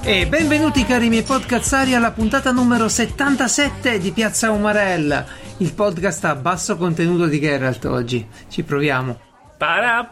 E benvenuti cari miei podcazzari alla puntata numero 77 di Piazza Umarella, il podcast a basso contenuto di Geralt oggi. Ci proviamo. Para.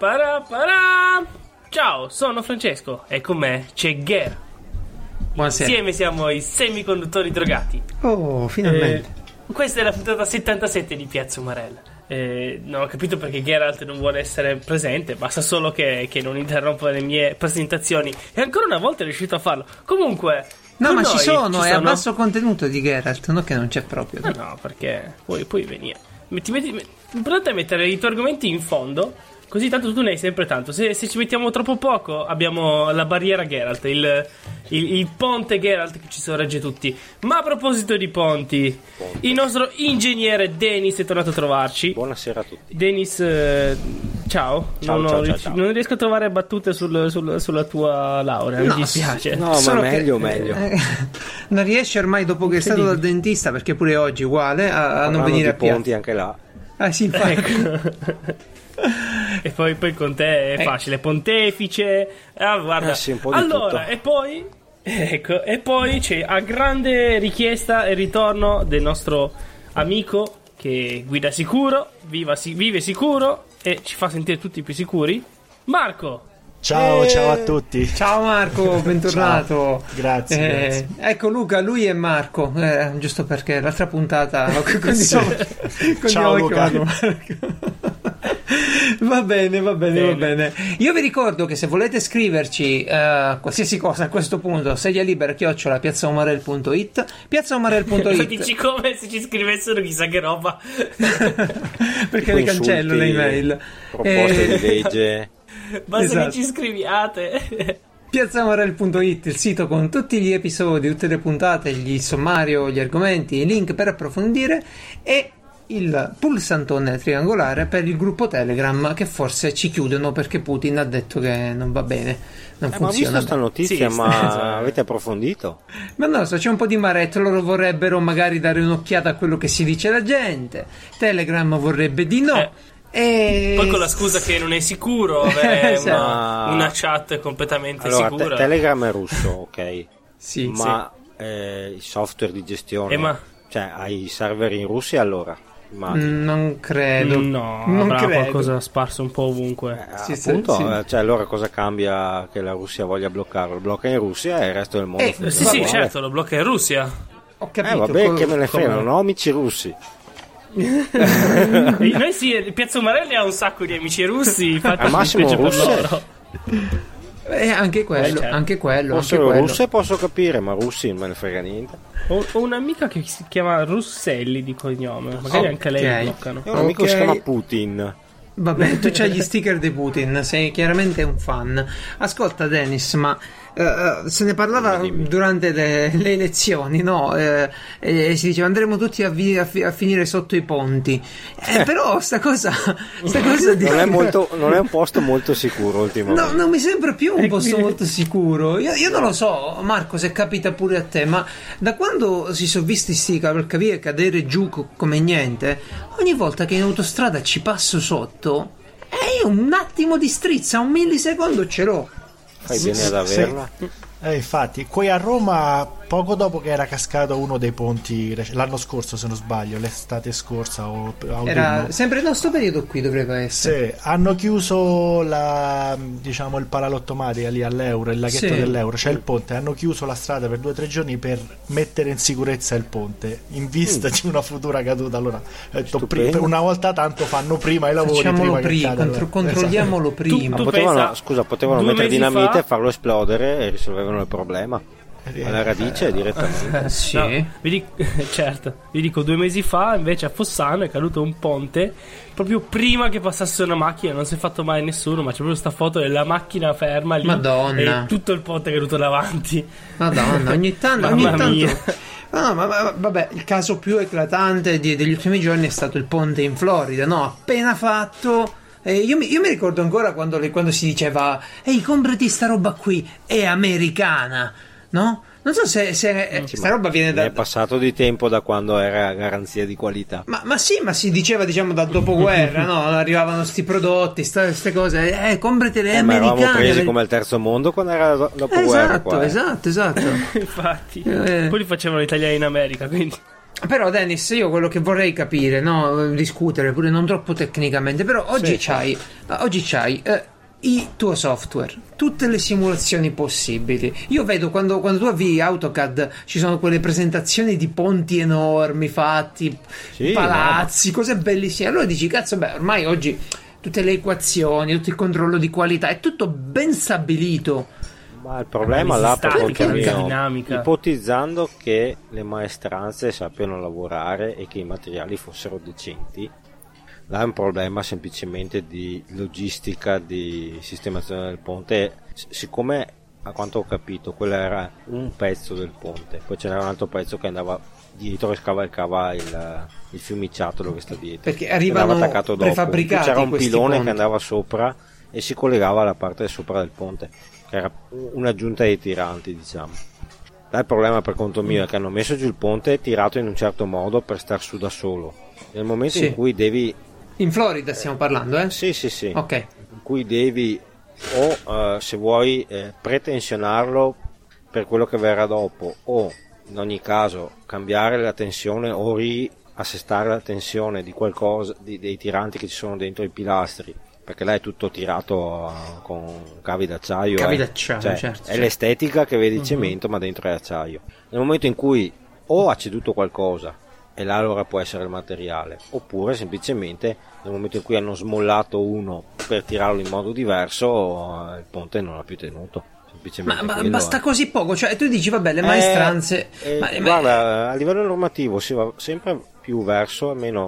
Ciao, sono Francesco e con me c'è Ger. Buonasera. Insieme siamo i semiconduttori drogati. Oh, finalmente. Questa è la puntata 77 di Piazza Umarella. Non ho capito perché Geralt non vuole essere presente. Basta solo che non interrompa le mie presentazioni. E ancora una volta è riuscito a farlo. Comunque no, ma ci sono, è a basso contenuto di Geralt, non che non c'è proprio. No, perché puoi venire. L'importante è mettere i tuoi argomenti in fondo, così tanto tu ne hai sempre tanto. Se ci mettiamo troppo poco abbiamo la barriera Geralt, il ponte Geralt che ci sorregge tutti. Ma a proposito di ponti, il nostro ingegnere Denis è tornato a trovarci. Buonasera a tutti. Denis, ciao. Ciao. Non riesco a trovare battute sulla tua laurea, mi dispiace. No, ma meglio. Non riesce ormai, dopo che è stato dal dentista, perché pure oggi uguale, a non venire a ponti anche là. Ah sì, infatti. Ecco. E poi con te è facile, pontefice. Guarda. Sì, un po' di allora, tutto. E poi c'è a grande richiesta il ritorno del nostro amico che guida sicuro, vive sicuro e ci fa sentire tutti più sicuri, Marco. Ciao a tutti. Ciao Marco, bentornato. Ciao. Grazie. Ecco Luca, lui è Marco, giusto perché l'altra puntata Ciao Luca. Va bene. Io vi ricordo che se volete scriverci qualsiasi cosa a questo punto, sedialibera@piazzaumarel.it. Dici come se ci scrivessero chissà che roba. Perché le cancello le email. Proposte di legge. Basta che ci scriviate. Piazzaumarel.it, il sito con tutti gli episodi, tutte le puntate, il sommario, gli argomenti, i link per approfondire e il pulsantone triangolare per il gruppo Telegram che forse ci chiudono perché Putin ha detto che non va bene, non funziona. Ma ho visto sta notizia, sì, ma avete approfondito? Ma no, c'è un po' di maretto, loro vorrebbero magari dare un'occhiata a quello che si dice la gente, Telegram vorrebbe di no. Poi con la scusa che non è sicuro avere Sì. una chat completamente sicura. Telegram è russo, ok? Sì, ma il software di gestione, cioè hai i server in Russia allora? Non credo. No, non avrà credo. qualcosa sparso un po' ovunque. Appunto, sì. Cioè allora cosa cambia che la Russia voglia bloccarlo? Lo blocca in Russia e il resto del mondo funziona Sì, uguale. certo, lo blocca in Russia. Ho capito. Vabbè, che me ne frega, non ho amici russi. Noi sì, Piazza Umarelli ha un sacco di amici russi, infatti al massimo per russe. loro. Anche quello, certo. anche quello. Russe posso capire, ma russi non me ne frega niente. Ho un'amica che si chiama Russelli di cognome, magari anche lei lo bloccano. È un amico che si chiama Putin. Vabbè, tu c'hai gli sticker di Putin, sei chiaramente un fan. Ascolta Dennis, ma se ne parlava durante le elezioni, no? Si diceva andremo tutti a finire sotto i ponti. Però sta cosa di... non è un posto molto sicuro ultimamente. No, non mi sembra più un posto molto sicuro. Io non lo so, Marco, se capita pure a te, ma da quando si sono visti sti cavalcavie cadere giù come niente, ogni volta che in autostrada ci passo sotto, io un attimo di strizza, un millisecondo ce l'ho. Fai bene ad averla. Infatti, qui a Roma, poco dopo che era cascato uno dei ponti, l'anno scorso se non sbaglio, l'estate scorsa o autunno. Era sempre il nostro periodo qui, dovrebbe essere. Sì, hanno chiuso il Paralottomatica lì all'Euro, il laghetto dell'Euro, c'è il ponte, hanno chiuso la strada per 2 o 3 giorni per mettere in sicurezza il ponte, in vista di una futura caduta. Allora, per una volta tanto fanno prima i lavori. Facciamolo prima, controlliamolo esatto. prima. Potevano mettere dinamite e farlo esplodere e risolvevano il problema alla radice direttamente. Sì. No, certo, vi dico 2 mesi fa invece a Fossano è caduto un ponte proprio prima che passasse una macchina, non si è fatto mai nessuno, ma c'è proprio sta foto della macchina ferma lì. Madonna. E tutto il ponte è caduto davanti. Madonna, ogni tanto mia. No, ma vabbè, il caso più eclatante degli ultimi giorni è stato il ponte in Florida, no? Appena fatto. Io mi ricordo ancora quando si diceva: ehi, comprati sta roba qui, è americana, no? Non so se sta roba viene da... È passato di tempo da quando era garanzia di qualità. Ma si diceva, diciamo, dal dopoguerra, no? Arrivavano sti prodotti, queste cose, comprate le americane. Ma eravamo presi come il terzo mondo quando era dopoguerra. Esatto. Infatti. Poi li facevano gli italiani in America, quindi... Però Dennis, io quello che vorrei capire, no? Discutere pure non troppo tecnicamente, però oggi c'hai il tuo software, tutte le simulazioni possibili. Io vedo quando tu avvii AutoCAD ci sono quelle presentazioni di ponti enormi fatti, palazzi, cose bellissime. Allora dici, cazzo, ormai oggi tutte le equazioni, tutto il controllo di qualità è tutto ben stabilito. Ma il problema là, per conto mio, dinamica, ipotizzando che le maestranze sappiano lavorare e che i materiali fossero decenti, là è un problema semplicemente di logistica, di sistemazione del ponte. Siccome, a quanto ho capito, quello era un pezzo del ponte, poi c'era un altro pezzo che andava dietro e scavalcava il fiumiciattolo che sta dietro, perché arrivano prefabbricati. C'era un pilone ponti che andava sopra e si collegava alla parte sopra del ponte, che era un'aggiunta dei tiranti, diciamo. Là il problema, per conto mio, è che hanno messo giù il ponte tirato in un certo modo per star su da solo. Nel momento in cui devi... In Florida stiamo parlando, eh? Sì. Ok. In cui devi se vuoi pretensionarlo per quello che verrà dopo, o in ogni caso cambiare la tensione o riassestare la tensione di qualcosa, dei tiranti che ci sono dentro i pilastri, perché là è tutto tirato con cavi d'acciaio. Certo. È l'estetica che vedi il cemento, ma dentro è acciaio. Nel momento in cui o ha ceduto qualcosa, e là allora può essere il materiale, oppure semplicemente nel momento in cui hanno smollato uno per tirarlo in modo diverso, il ponte non ha più tenuto. Ma basta così poco, cioè tu dici vabbè, le maestranze guarda, a livello normativo si va sempre più verso, almeno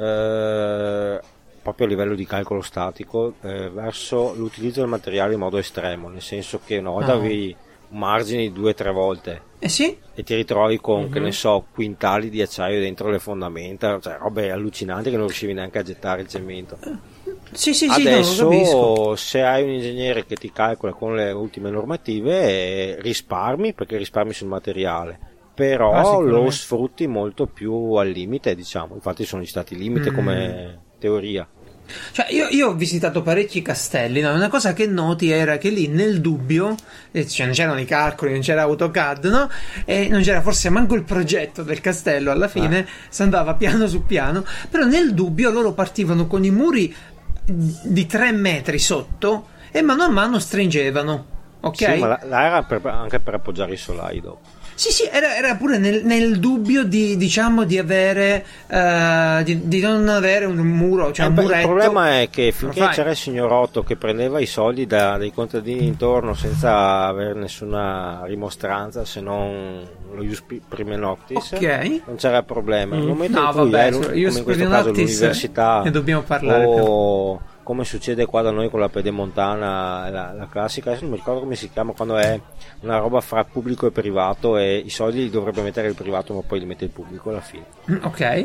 proprio a livello di calcolo statico, verso l'utilizzo del materiale in modo estremo, nel senso che una volta avevi margini 2-3 volte e ti ritrovi con che ne so, quintali di acciaio dentro le fondamenta, cioè robe allucinanti che non riuscivi neanche a gettare il cemento. Adesso se hai un ingegnere che ti calcola con le ultime normative, risparmi, perché risparmi sul materiale, però lo sfrutti molto più al limite, diciamo. Infatti sono gli stati limite come teoria. Cioè io ho visitato parecchi castelli, no? Una cosa che noti era che lì nel dubbio, cioè non c'erano i calcoli, non c'era AutoCAD, no? E non c'era forse manco il progetto del castello, alla fine si andava piano su piano, però nel dubbio loro partivano con i muri di 3 metri sotto e mano a mano stringevano, ok? Sì, ma là era anche per appoggiare i solai dopo. Sì, era pure nel dubbio di avere di non avere un muro, cioè un muretto. Il problema è che finché c'era il signorotto che prendeva i soldi dai contadini intorno senza avere nessuna rimostranza, se non lo ius prime noctis, non c'era problema. Nel momento in cui come in questo caso l'università, ne dobbiamo parlare o come succede qua da noi con la pedemontana, la classica, adesso non mi ricordo come si chiama, quando è una roba fra pubblico e privato e i soldi li dovrebbe mettere il privato ma poi li mette il pubblico alla fine. Ok.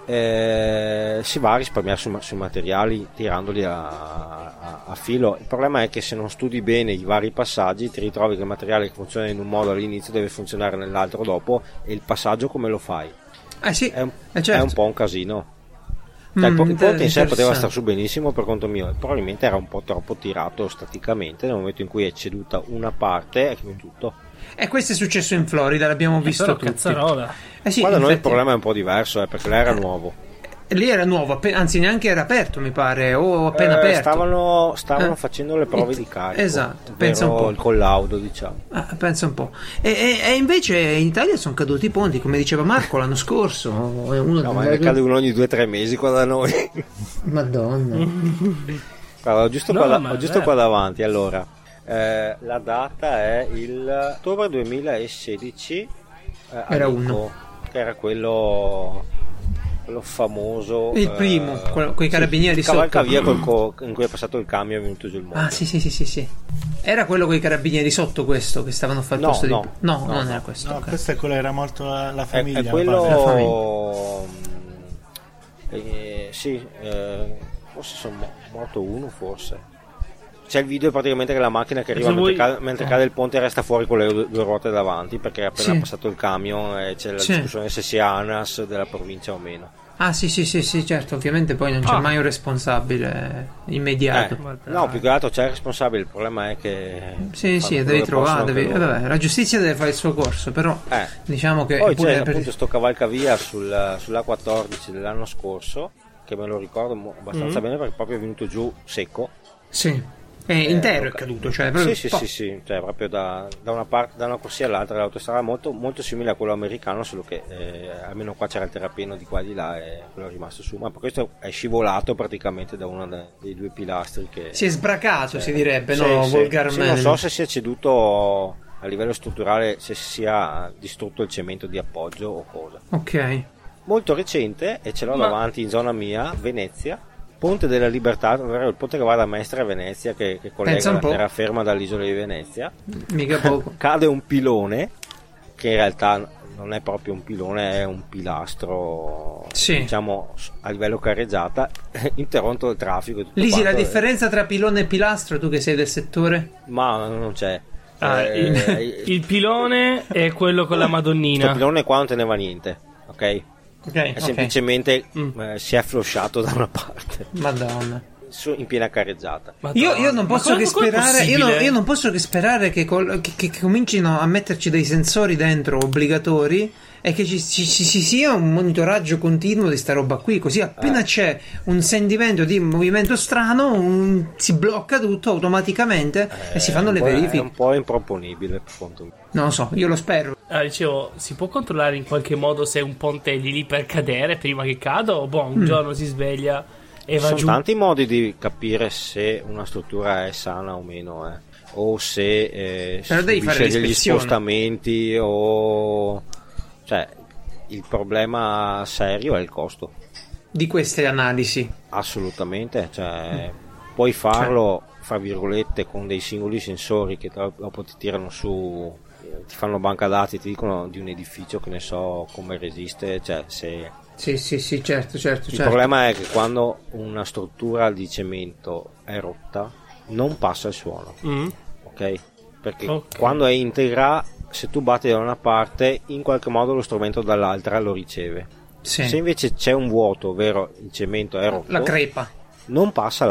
Si va a risparmiare sui materiali tirandoli a filo. Il problema è che se non studi bene i vari passaggi ti ritrovi che il materiale che funziona in un modo all'inizio deve funzionare nell'altro dopo, e il passaggio come lo fai? È un po' un casino. Cioè, il ponte in sé poteva stare su benissimo per conto mio, probabilmente era un po' troppo tirato staticamente. Nel momento in cui è ceduta una parte è chiuso tutto. E questo è successo in Florida, l'abbiamo visto tutti. Cazzarola. Guarda, noi il problema è un po' diverso, perché lei era nuovo. Lì era nuovo, anzi neanche era aperto, mi pare, o appena aperto. Stavano facendo le prove di carico. Esatto, pensa un po'. Il collaudo, diciamo. Pensa un po'. E invece in Italia sono caduti i ponti, come diceva Marco l'anno scorso. Ma ne cade uno ogni 2-3 mesi qua da noi. Madonna. Guarda, ho giusto qua davanti, allora. La data è il ottobre 2016. Era uno. Che era quello famoso, il primo, con i carabinieri sotto, cavalcavia in cui è passato il camion e è venuto giù il mondo. Sì. Era quello con i carabinieri sotto, questo che stavano a fare il posto no, non era questo. No, questo è quello, era morto la famiglia. È quello, la famiglia. Forse sono morto uno, forse. c'è il video praticamente che la macchina che arriva mentre cade il ponte resta fuori con le due ruote davanti, perché è appena passato il camion e c'è la discussione se sia ANAS della provincia o meno. Ah sì, certo, ovviamente poi non c'è mai un responsabile immediato. No, più che altro c'è il responsabile, il problema è che sì, devi trovare, vabbè, la giustizia deve fare il suo corso, però diciamo che poi c'è appunto sto cavalcavia sull'A14 dell'anno scorso, che me lo ricordo abbastanza bene perché proprio è venuto giù secco. Sì. È intero è caduto, cioè proprio sì, cioè proprio da una corsia all'altra dell'autostrada, molto, molto simile a quello americano, solo che almeno qua c'era il terrapieno di qua e di là e quello è rimasto su, ma questo è scivolato praticamente da uno dei due pilastri che si è sbracato, si direbbe, volgarmente. Non so se sia ceduto a livello strutturale, se sia distrutto il cemento di appoggio o cosa. Ok. Molto recente, e ce l'ho davanti in zona mia, Venezia, Ponte della Libertà, ovvero il ponte che va da Mestre a Venezia, che collega la terraferma dall'isola di Venezia. Mica poco. Cade un pilone, che in realtà non è proprio un pilone, è un pilastro, diciamo a livello carreggiata, interrotto il traffico. Lisi, la differenza tra pilone e pilastro, tu che sei del settore? Ma non c'è. Il pilone è quello con la Madonnina. Il pilone qua non teneva niente, ok? Semplicemente si è flosciato da una parte. Madonna. In piena carreggiata. Io non posso che sperare. Io non posso che sperare che comincino a metterci dei sensori dentro obbligatori e che ci sia un monitoraggio continuo di sta roba qui. Così appena c'è un sentimento di movimento strano, si blocca tutto automaticamente e si fanno le verifiche. È un po' improponibile, appunto. Non lo so, io lo spero. Dicevo, si può controllare in qualche modo se un ponte è lì per cadere prima che cada, o un giorno si sveglia e va giù? Sono tanti modi di capire se una struttura è sana o meno, o se subisce degli spostamenti, o cioè il problema serio è il costo di queste analisi. Assolutamente, cioè puoi farlo fra virgolette con dei singoli sensori che dopo ti tirano su, ti fanno banca dati, ti dicono di un edificio, che ne so, come resiste, cioè se sì, certo. Il problema è che quando una struttura di cemento è rotta non passa il suono, ok? Perché quando è integra, se tu batti da una parte, in qualche modo lo strumento dall'altra lo riceve. Se invece c'è un vuoto, ovvero il cemento è rotto, la crepa, non passa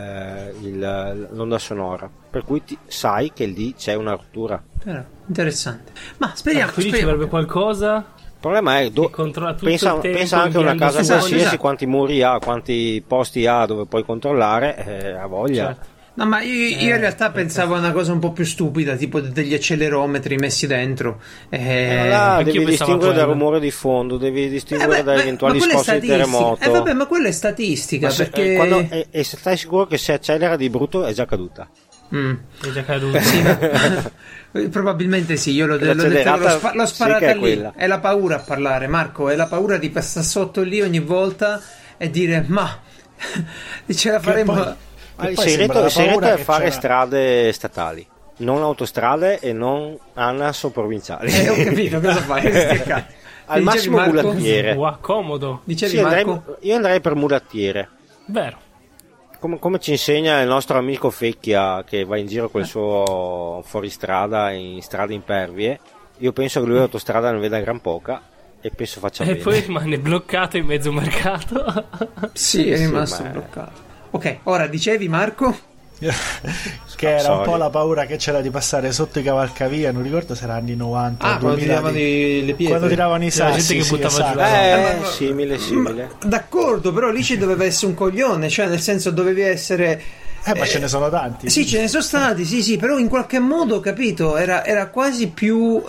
l'onda sonora, per cui sai che lì c'è una rottura. Interessante. Ma speriamo. Quindi ci vorrebbe qualcosa. Il problema è pensa anche a una casa qualsiasi, quanti muri ha, quanti posti ha dove puoi controllare, ha voglia. Certo. No, ma io in realtà pensavo a una cosa un po' più stupida, tipo degli accelerometri messi dentro. Devi distinguere dal rumore di fondo, devi distinguere da eventuali scosse di terremoto. Vabbè, ma quella è statistica, perché e se stai sicuro che se accelera di brutto è già caduta. È già caduta. Probabilmente sì, io l'ho sparata lì. È la paura a parlare, Marco, è la paura di passare sotto lì ogni volta e dire ma ce la faremo. Il segreto è fare strade statali, non autostrade e non ANAS o provinciali. Ho capito cosa fai. Al massimo mulattiere. Comodo. Dicevi Marco? Io andrei per mulattiere. Vero. Come ci insegna il nostro amico Fecchia, che va in giro col suo fuoristrada in strade impervie. Io penso che lui l'autostrada ne veda gran poca e penso faccia bene. E poi rimane bloccato in mezzo mercato. Sì, è rimasto bloccato. Ok, ora dicevi Marco? Che era un po' la paura che c'era di passare sotto i cavalcavia, non ricordo se era anni 90 quando tiravano le pietre, quando tiravano i sassi, la gente che buttava giù simile. D'accordo, però lì ci doveva essere un coglione, cioè nel senso dovevi essere ma ce ne sono tanti. Sì, ce ne sono stati, sì, però in qualche modo, capito, era quasi più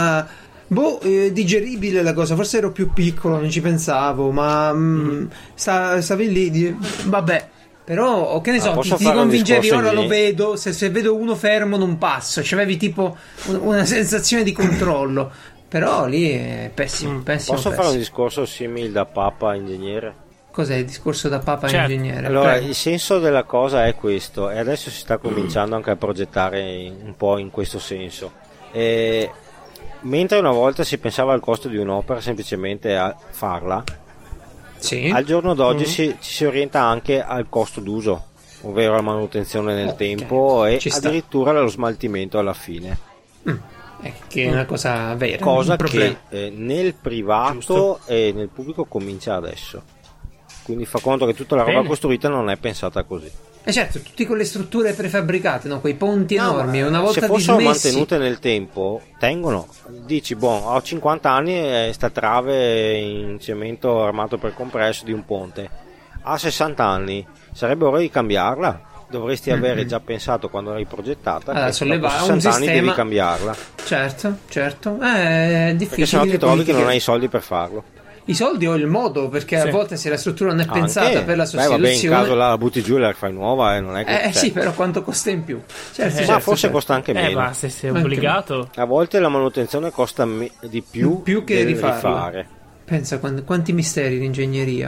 digeribile la cosa, forse ero più piccolo, non ci pensavo, ma stavi lì, vabbè. Però, che ne so, ti convincevi, ora lo vedo, se vedo uno fermo non passo, cioè avevi tipo una sensazione di controllo, però lì è pessimo. Posso fare un discorso simile da Papa ingegnere? Cos'è il discorso da Papa ingegnere? Allora, il senso della cosa è questo, e adesso si sta cominciando anche a progettare un po' in questo senso. Mentre una volta si pensava al costo di un'opera semplicemente a farla, al giorno d'oggi ci si orienta anche al costo d'uso, ovvero la manutenzione nel tempo e ci sta. addirittura lo smaltimento alla fine. Che è una cosa vera, Cosa un problema. che nel privato Giusto. e nel pubblico comincia adesso. Quindi fa conto che tutta la roba Bene. costruita non è pensata così. Certo, tutti con le strutture prefabbricate, no? Quei ponti No, enormi, ma una volta se fossero dismessi. mantenute nel tempo, tengono. Dici, ho 50 anni e sta trave in cemento armato per compresso di un ponte. A 60 anni sarebbe ora di cambiarla. Dovresti avere già pensato quando l'hai progettata Allora, che sollevare dopo un 60 anni sistema. devi cambiarla. Certo. È difficile. Perché sennò ti trovi che non hai i soldi per farlo. I soldi o il modo, perché Sì. a volte se la struttura non è Anche. pensata per la Beh, vabbè, in sostituzione. caso la butti giù e la fai nuova, non è che Sì, però quanto costa in più? Certo, ma forse costa anche meno. Ma se sei Anche obbligato. A volte la manutenzione costa di più che del rifarla. rifare. Pensa quanti misteri di ingegneria.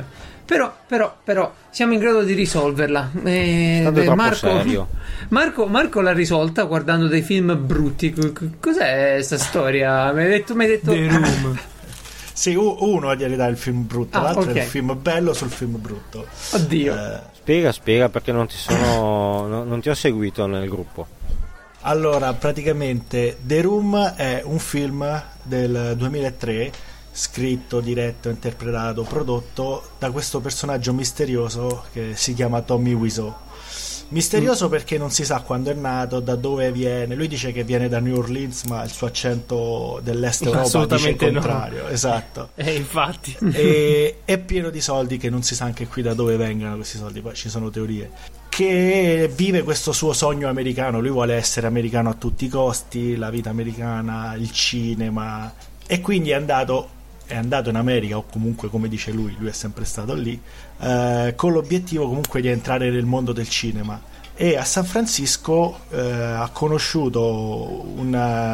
Però siamo in grado di risolverla. Stato troppo serio. Marco l'ha risolta guardando dei film brutti. Cos'è sta storia? Mi hai detto The Room. Sì, uno gli dà il film brutto, l'altro ok. è il film bello sul film brutto. Oddio. Spiega perché non ti ho seguito nel gruppo. Allora, praticamente The Room è un film del 2003, scritto, diretto, interpretato, prodotto da questo personaggio misterioso che si chiama Tommy Wiseau. Misterioso perché non si sa quando è nato, da dove viene. Lui dice che viene da New Orleans, ma il suo accento dell'est Europa dice il Assolutamente no. contrario. Esatto. Infatti. E è pieno di soldi, che non si sa anche qui da dove vengano questi soldi, poi ci sono teorie. Che vive questo suo sogno americano, lui vuole essere americano a tutti i costi, la vita americana, il cinema, e quindi è andato in America, o comunque, come dice lui è sempre stato lì, con l'obiettivo comunque di entrare nel mondo del cinema. E a San Francisco ha conosciuto un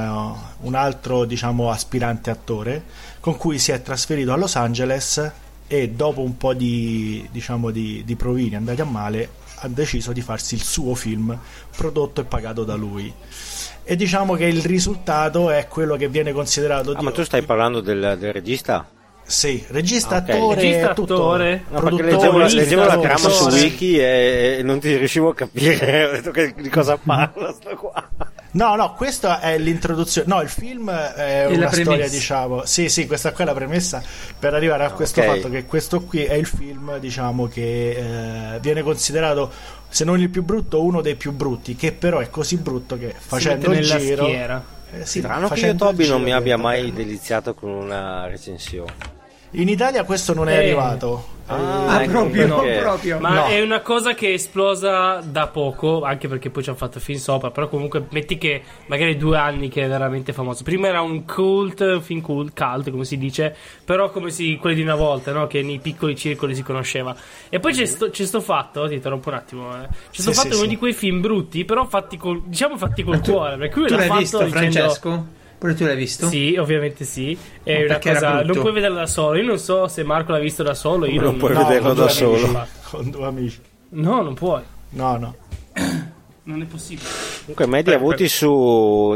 altro, diciamo, aspirante attore con cui si è trasferito a Los Angeles, e dopo un po' di provini andati a male ha deciso di farsi il suo film prodotto e pagato da lui. E diciamo che il risultato è quello che viene considerato Ma tu stai parlando del regista? Sì, regista, Ok. attore, Regista, tutto. attore. No, perché Produttore, leggevo la trama su produttore. Wiki e non ti riuscivo a capire. Ho detto di cosa parla sto qua. No, questa è l'introduzione. No, il film è la una premessa. storia, diciamo. Sì, questa qua è la premessa per arrivare a questo Ok. fatto che questo qui è il film, diciamo, che viene considerato, se non il più brutto, uno dei più brutti, che però è così brutto che facendo mette il nella giro schiera. sì, Strano che io facendo il Toby non giro mi abbia diventa mai bello. deliziato con una recensione. In Italia questo non è arrivato. Ecco perché. Ma No. è una cosa che è esplosa da poco, anche perché poi ci hanno fatto film sopra. Però comunque metti che magari 2 anni che è veramente famoso. Prima era un film cult, come si dice, però quelli di una volta, no? Che nei piccoli circoli si conosceva. E poi c'è sto fatto, ti interrompo un attimo. C'è sto Sì, fatto sì, uno sì. di quei film brutti, però fatti col cuore. Perché lui Tu l'ha l'hai fatto visto, dicendo, Francesco? Pure tu l'hai visto? Sì, ovviamente sì. È Ma una perché era cosa. brutto? Non puoi vederla da solo. Io non so se Marco l'ha visto da solo. Io Non puoi No, vederlo con da due solo. amici, con 2 amici. No, non puoi. No. Non è possibile. Comunque media avuti su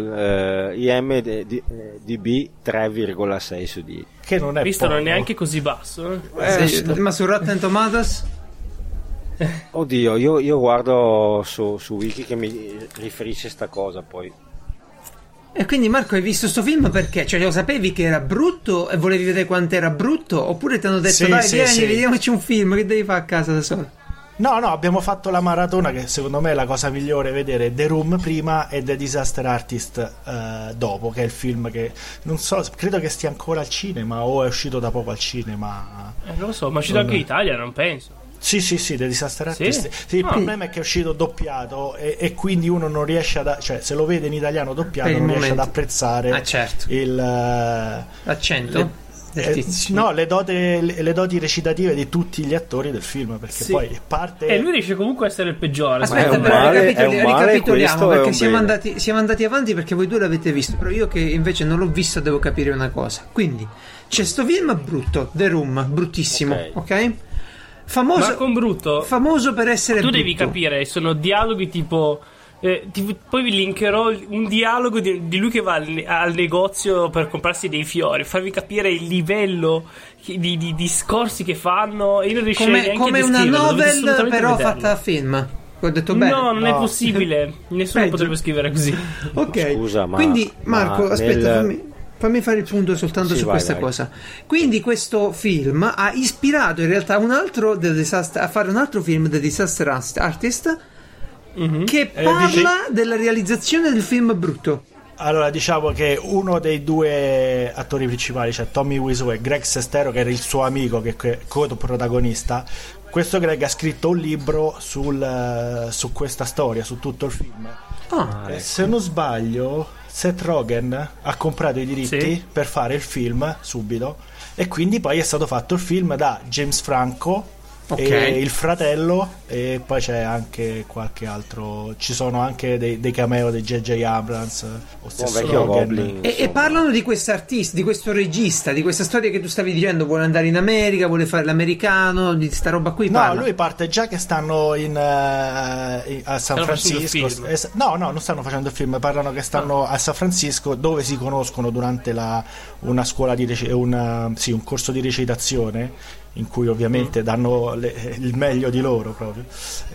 IMDb 3,6 su 10. Che non è Visto, non è poco. neanche così basso. Eh. Ma su Rotten Tomatoes? Oddio, io guardo su Wiki che mi riferisce sta cosa poi. E quindi Marco, hai visto sto film perché? Cioè lo sapevi che era brutto e volevi vedere quanto era brutto? Oppure ti hanno detto Sì, dai sì, vieni, sì. vediamoci un film, che devi fare a casa da solo? No, abbiamo fatto la maratona, che secondo me è la cosa migliore, vedere The Room prima e The Disaster Artist dopo, che è il film che non so, credo che stia ancora al cinema o è uscito da poco al cinema. Non lo so, ma è uscito anche in Italia, non penso. Sì, The Disaster Artist. Sì, il Ah. problema è che è uscito doppiato e quindi uno non riesce cioè se lo vede in italiano doppiato Per il non riesce ad momento. apprezzare Certo. L'accento del tizio. no, le doti recitative di tutti gli attori del film, perché Sì. poi parte E lui riesce comunque a essere il peggiore. Aspetta, è un però male, è un male, ricapitoliamo questo è perché un bene. siamo andati avanti perché voi due l'avete visto, però io che invece non l'ho visto devo capire una cosa. Quindi c'è sto film brutto, The Room, bruttissimo, ok? Ma con brutto, famoso per essere tu brutto. devi capire, sono dialoghi tipo. Poi vi linkerò un dialogo di lui che va al negozio per comprarsi dei fiori, farvi capire il livello di discorsi che fanno. E io non riuscirei neanche come a una descriverlo, dovete novel assolutamente però vederlo. fatta a film. Ho detto bene? No, non è possibile. Nessuno Peggio. potrebbe scrivere così. Ok. Scusa, quindi Marco, aspetta, nel... fammi fare il punto soltanto Sì, su vai, questa vai. cosa. Quindi questo film ha ispirato in realtà un altro a fare un altro film The Disaster Artist che parla della realizzazione del film brutto. Allora, diciamo che uno dei due attori principali, cioè Tommy Wiseau e Greg Sestero, che era il suo amico, che è co-protagonista, questo Greg ha scritto un libro su questa storia, su tutto il film. Ecco. Se non sbaglio, Seth Rogen ha comprato i diritti per fare il film subito, e quindi poi è stato fatto il film da James Franco e il fratello, e poi c'è anche qualche altro, ci sono anche dei cameo di J.J. Abrams o stesso vecchio Rogen. Goblin. E parlano di questo artista, di questo regista, di questa storia che tu stavi dicendo, vuole andare in America, vuole fare l'americano, di sta roba qui. No, parla. lui parte già che stanno a San Stanno Francisco. facendo il film. No, non stanno facendo il film, parlano che stanno a San Francisco, dove si conoscono durante una scuola un corso di recitazione, in cui ovviamente danno il meglio di loro proprio,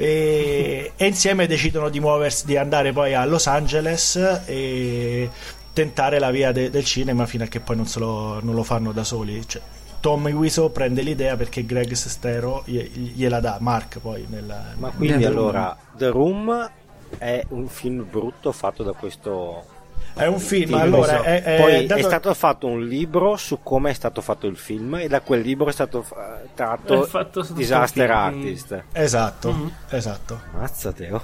e insieme decidono di muoversi, di andare poi a Los Angeles e tentare la via del cinema, fino a che poi non lo fanno da soli. Cioè, Tommy Wiseau prende l'idea perché Greg Sestero gliela dà, Mark poi Ma quindi allora The Room è un film brutto fatto da questo... È un film, Sì, allora poi dato... è stato fatto un libro su come è stato fatto il film, e da quel libro è stato tratto Disaster film. Artist. Esatto. Mazza Teo.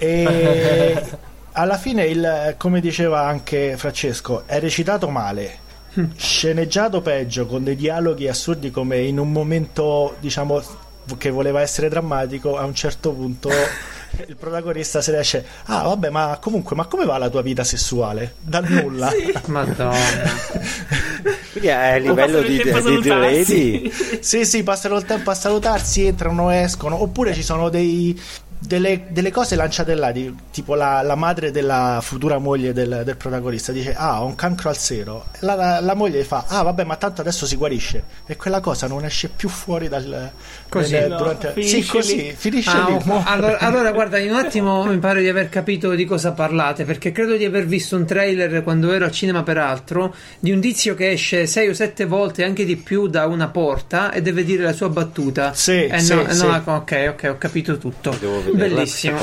E alla fine, come diceva anche Francesco, è recitato male, sceneggiato peggio, con dei dialoghi assurdi, come in un momento, diciamo, che voleva essere drammatico, a un certo punto il protagonista se ne esce: ah vabbè, ma comunque, ma come va la tua vita sessuale? Dal nulla. Madonna. Quindi è a livello di The Lady. Sì, passano il tempo a salutarsi, entrano, escono, oppure ci sono delle cose lanciate là, tipo la madre della futura moglie del protagonista dice: ah, ho un cancro al seno. La moglie gli fa: ah vabbè, ma tanto adesso si guarisce, e quella cosa non esce più fuori così, finisce lì. Allora guarda, in un attimo mi pare di aver capito di cosa parlate, perché credo di aver visto un trailer quando ero al cinema, peraltro, di un tizio che esce 6 o 7 volte, anche di più, da una porta e deve dire la sua battuta. Ok, ho capito tutto. Bellissimo.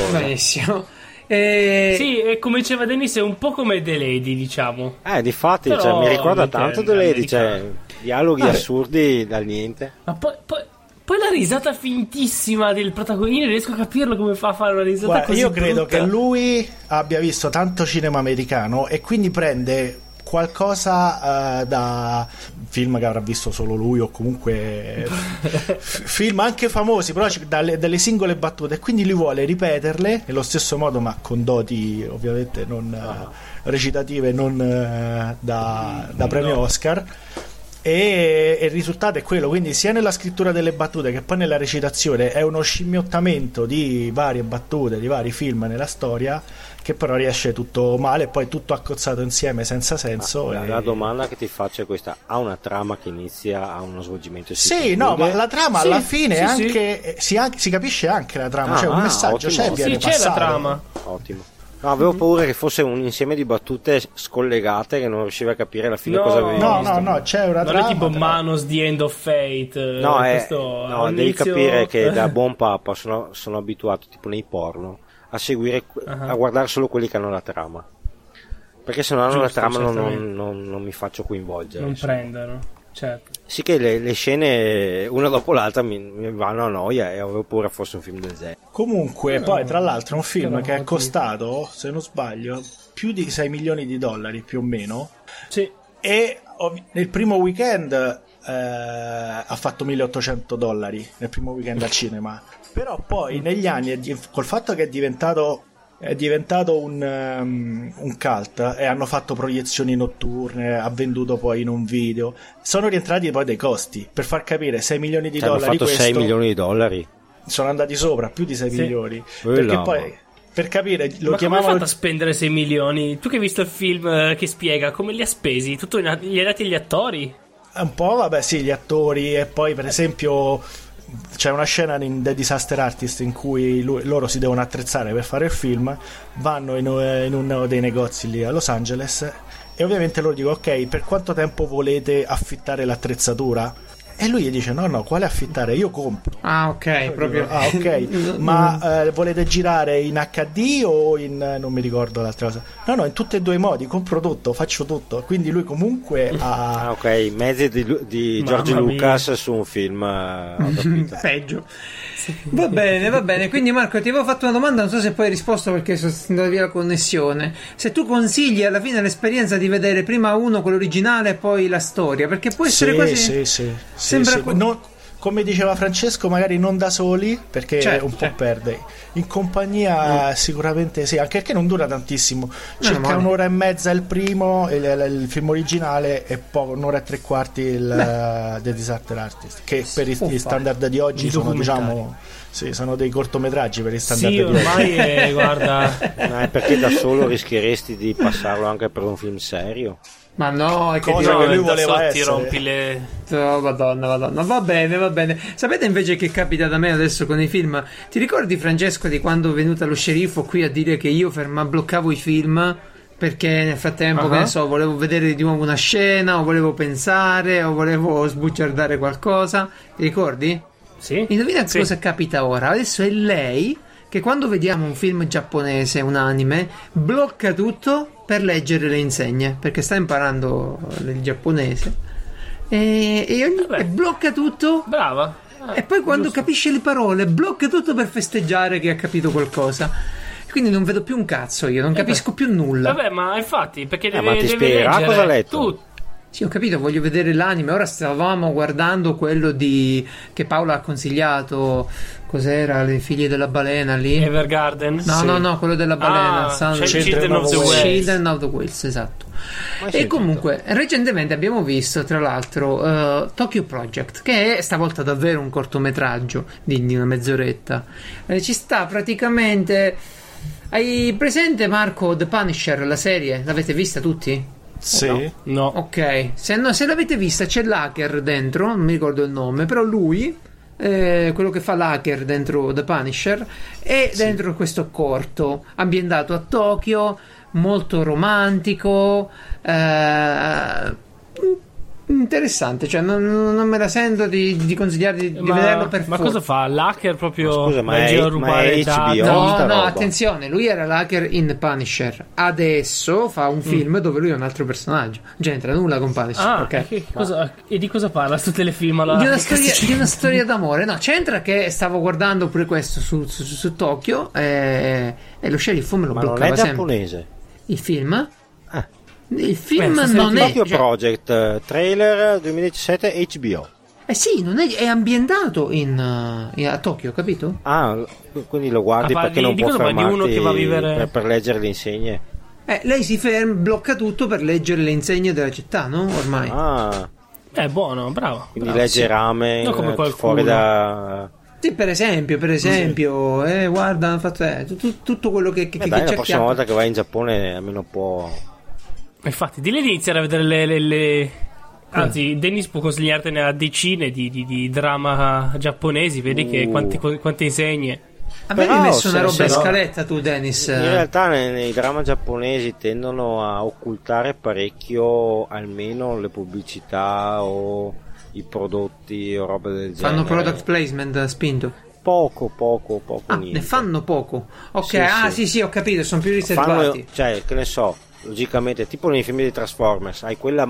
Sì, e come diceva Dennis, è un po' come The Lady, diciamo. Difatti, Però mi ricorda tanto The Lady, cioè dialoghi assurdi dal niente. Ma poi la risata fintissima del protagonista, non riesco a capirlo come fa a fare una risata. Guarda, così io credo brutta. che lui abbia visto tanto cinema americano e quindi prende qualcosa da film che avrà visto solo lui, o comunque film anche famosi, però dalle singole battute, e quindi lui vuole ripeterle nello stesso modo, ma con doti ovviamente non recitative, non da premio Oscar. E il risultato è quello, quindi sia nella scrittura delle battute che poi nella recitazione è uno scimmiottamento di varie battute, di vari film nella storia, che però riesce tutto male, poi tutto accozzato insieme senza senso. La domanda che ti faccio è questa: ha una trama che inizia a uno svolgimento? Sì, no, ma la trama alla fine anche si capisce anche la trama, cioè un messaggio ottimo. viene c'è passato. la trama. Ottimo. No, avevo paura che fosse un insieme di battute scollegate che non riusciva a capire alla fine cosa avevi visto. No, c'è una non trama. è tipo Manos The End of Fate. Devi capire che da buon papa sono abituato, tipo nei porno, a seguire, a guardare solo quelli che hanno la trama, perché se non hanno la trama non mi faccio coinvolgere. Non prendono, certo. Sì, che le scene una dopo l'altra mi vanno a noia, e avevo paura fosse un film del genere. Comunque, poi tra l'altro è un film che è costato, se non sbaglio, più di 6 milioni di dollari più o meno. Sì. E nel primo weekend ha fatto 1.800 dollari nel primo weekend al cinema. Però poi negli anni, col fatto che è diventato un cult, e hanno fatto proiezioni notturne, ha venduto poi in un video, sono rientrati poi dei costi, per far capire 6 milioni di dollari. Hanno fatto 6 milioni di dollari, sono andati sopra più di 6 milioni, perché perché poi, per capire, lo ma chiamavano... come hai fatto a spendere 6 milioni? Tu che hai visto il film che spiega come li ha spesi, tutto gli hai dati agli attori? Un po', vabbè, sì, gli attori, e poi per esempio c'è una scena in The Disaster Artist in cui loro si devono attrezzare per fare il film, vanno in uno dei negozi lì a Los Angeles e ovviamente loro dicono: ok, per quanto tempo volete affittare l'attrezzatura? E lui gli dice: no, quale affittare? Io compro. Ah, ok, proprio. Ah, ok. Ma volete girare in HD o in non mi ricordo l'altra cosa? No, in tutti e due i modi, compro tutto, faccio tutto. Quindi lui comunque ha Ah, ok, mezzi di George Lucas su un film peggio. Va bene. Quindi Marco, ti avevo fatto una domanda, non so se poi hai risposto perché sono andata via la connessione. Se tu consigli alla fine l'esperienza di vedere prima uno, quello originale, e poi la storia, perché può essere quasi... Sì. Sembra come diceva Francesco, magari non da soli, perché un po' perde. In compagnia sicuramente sì, anche perché non dura tantissimo, circa un'ora e mezza il primo, il film originale, e poi un'ora e tre quarti il The Disaster Artist, che per gli standard di oggi sono, diciamo, sono dei cortometraggi per gli standard di oggi. Ormai guarda, perché da solo rischieresti di passarlo anche per un film serio. Ma no, è che cosa che lui voleva essere. Rompi le... Oh, Madonna. Va bene. Sapete invece che capita da me adesso con i film? Ti ricordi, Francesco, di quando è venuto lo sceriffo qui a dire che io bloccavo i film perché nel frattempo, che ne so, volevo vedere di nuovo una scena, o volevo pensare, o volevo sbugiardare qualcosa? Ti ricordi? Sì. Indovina cosa capita ora? Adesso è lei che quando vediamo un film giapponese, un anime, blocca tutto per leggere le insegne, perché sta imparando il giapponese e blocca tutto. Brava. E poi quando capisce le parole blocca tutto per festeggiare che ha capito qualcosa. Quindi non vedo più un cazzo, io non capisco più nulla. Vabbè, ma infatti, perché ma ti spiegherà cosa ha letto? Sì, ho capito, voglio vedere l'anime. Ora stavamo guardando quello che Paola ha consigliato. Cos'era? Le figlie della balena lì? Evergarden? No, quello della balena. Children of the Whales. Children of the Whales, esatto. E comunque, recentemente abbiamo visto, tra l'altro, Tokyo Project, che è stavolta davvero un cortometraggio di una mezz'oretta. Ci sta praticamente... Hai presente, Marco, The Punisher, la serie? L'avete vista tutti? Sì. No. Ok, se l'avete vista c'è l'hacker dentro, non mi ricordo il nome, però lui, quello che fa l'hacker dentro The Punisher, è dentro questo corto ambientato a Tokyo, molto romantico, interessante, cioè non me la sento di consigliarvi di vederlo per forza. Ma cosa fa? L'hacker proprio? Scusa, ma è HBO? No, attenzione, lui era l'hacker in Punisher. Adesso fa un film dove lui è un altro personaggio. Non c'entra nulla con Punisher. E di cosa parla sto telefilm? Di una storia d'amore. No, c'entra che stavo guardando pure questo su Tokyo e lo sceriffo me lo bloccava sempre. Ma non è giapponese? Il film? Il film non è Tokyo Project, trailer 2017 HBO. Sì, non è ambientato a Tokyo, capito? Ah, quindi lo guardi perché non può fermarti di uno che va a vivere... per leggere le insegne. Lei si blocca tutto per leggere le insegne della città, no? Ormai. È buono, bravo. Quindi legge ramen, non come qualcuno. Fuori da... Sì, per esempio, guarda, hanno fatto tutto quello che dai, la prossima volta che vai in Giappone almeno può... Infatti, di iniziare a vedere le... Anzi, Dennis può consigliartene a decine di drama giapponesi, vedi che quante insegne. Avevi messo una roba in scaletta tu, Dennis? In realtà nei drama giapponesi tendono a occultare parecchio almeno le pubblicità o i prodotti o roba del genere. Fanno product placement spinto? Poco ne fanno poco. Ok, sì, ho capito, sono più riservati. Cioè, che ne so, logicamente, tipo nei film di Transformers hai quella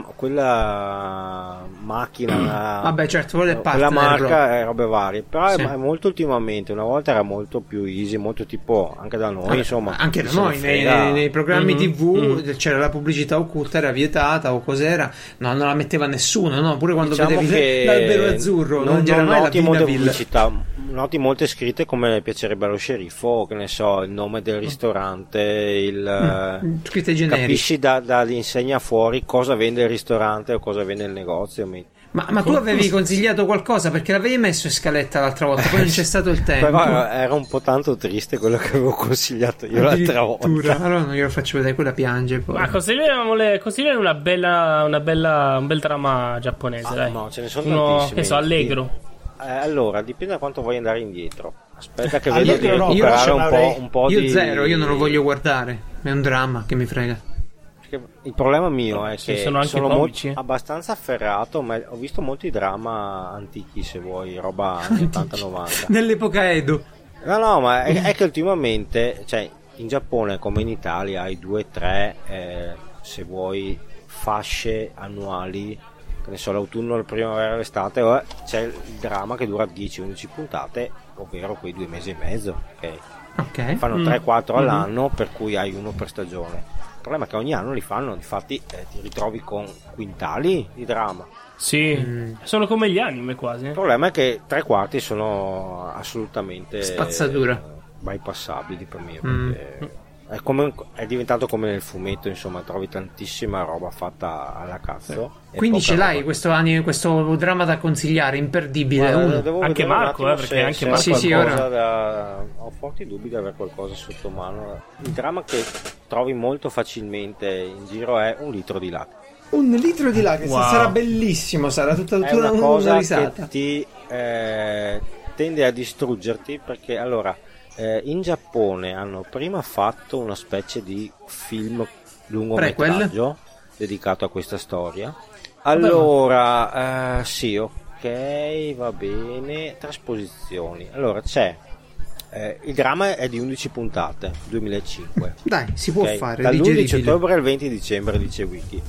macchina, vabbè, certo, quella marca e robe varie, però è molto ultimamente. Una volta era molto più easy, molto tipo anche da noi, insomma, anche da noi nei programmi TV c'era la pubblicità occulta, era vietata o cos'era, non la metteva nessuno, no? Pure quando vedevi l'albero azzurro non c'era mai la molte pubblicità, noti molte scritte come piacerebbe allo sceriffo, che ne so, il nome del ristorante, scritte generiche. Capisci dall'insegna fuori cosa vende il ristorante o cosa vende il negozio. Ma tu avevi consigliato qualcosa perché l'avevi messo in scaletta l'altra volta, poi non c'è stato il tempo. Però era un po' tanto triste quello che avevo consigliato io l'altra volta. Allora non glielo faccio vedere, quella piange poi. Ma consigliamo un bel drama giapponese, dai. No, ce ne sono tantissimi. Che so, Allegro. allora dipende da quanto vuoi andare indietro. Aspetta che Io vedo di però recuperare un po' Io di... zero, io non lo voglio guardare. È un dramma, che mi frega. Il problema mio è Sì, che sono anche comici. abbastanza afferrato, ma ho visto molti drama antichi, se vuoi, roba anni 80-90. Nell'epoca Edo. No, ma è che ultimamente, cioè, in Giappone come in Italia hai 2-3, se vuoi, fasce annuali, che ne so, l'autunno, la primavera, l'estate, c'è il dramma che dura 10-11 puntate, ovvero quei 2 mesi e mezzo, ok? Fanno 3-4 all'anno, per cui hai uno per stagione. Il problema è che ogni anno li fanno, infatti ti ritrovi con quintali di drama. Sì, sono come gli anime quasi. Il problema è che 3/4 sono assolutamente spazzatura, bypassabili per me, perché è diventato come nel fumetto, insomma, trovi tantissima roba fatta alla cazzo. Quindi ce l'hai questo dramma da consigliare, imperdibile. Anche Marco, perché anche Marco sì, ho forti dubbi di avere qualcosa sotto mano. Il dramma che trovi molto facilmente in giro è Un litro di latte. Un litro di lacrime, sarà bellissimo, sarà tutta una cosa risata. Che ti tende a distruggerti, perché allora in Giappone hanno prima fatto una specie di film lungometraggio dedicato a questa storia. Allora sì, ok, va bene. Trasposizioni. Allora c'è il dramma è di 11 puntate, 2005. Dai, si può fare dall'11 ottobre al 20 dicembre, dice Wiki.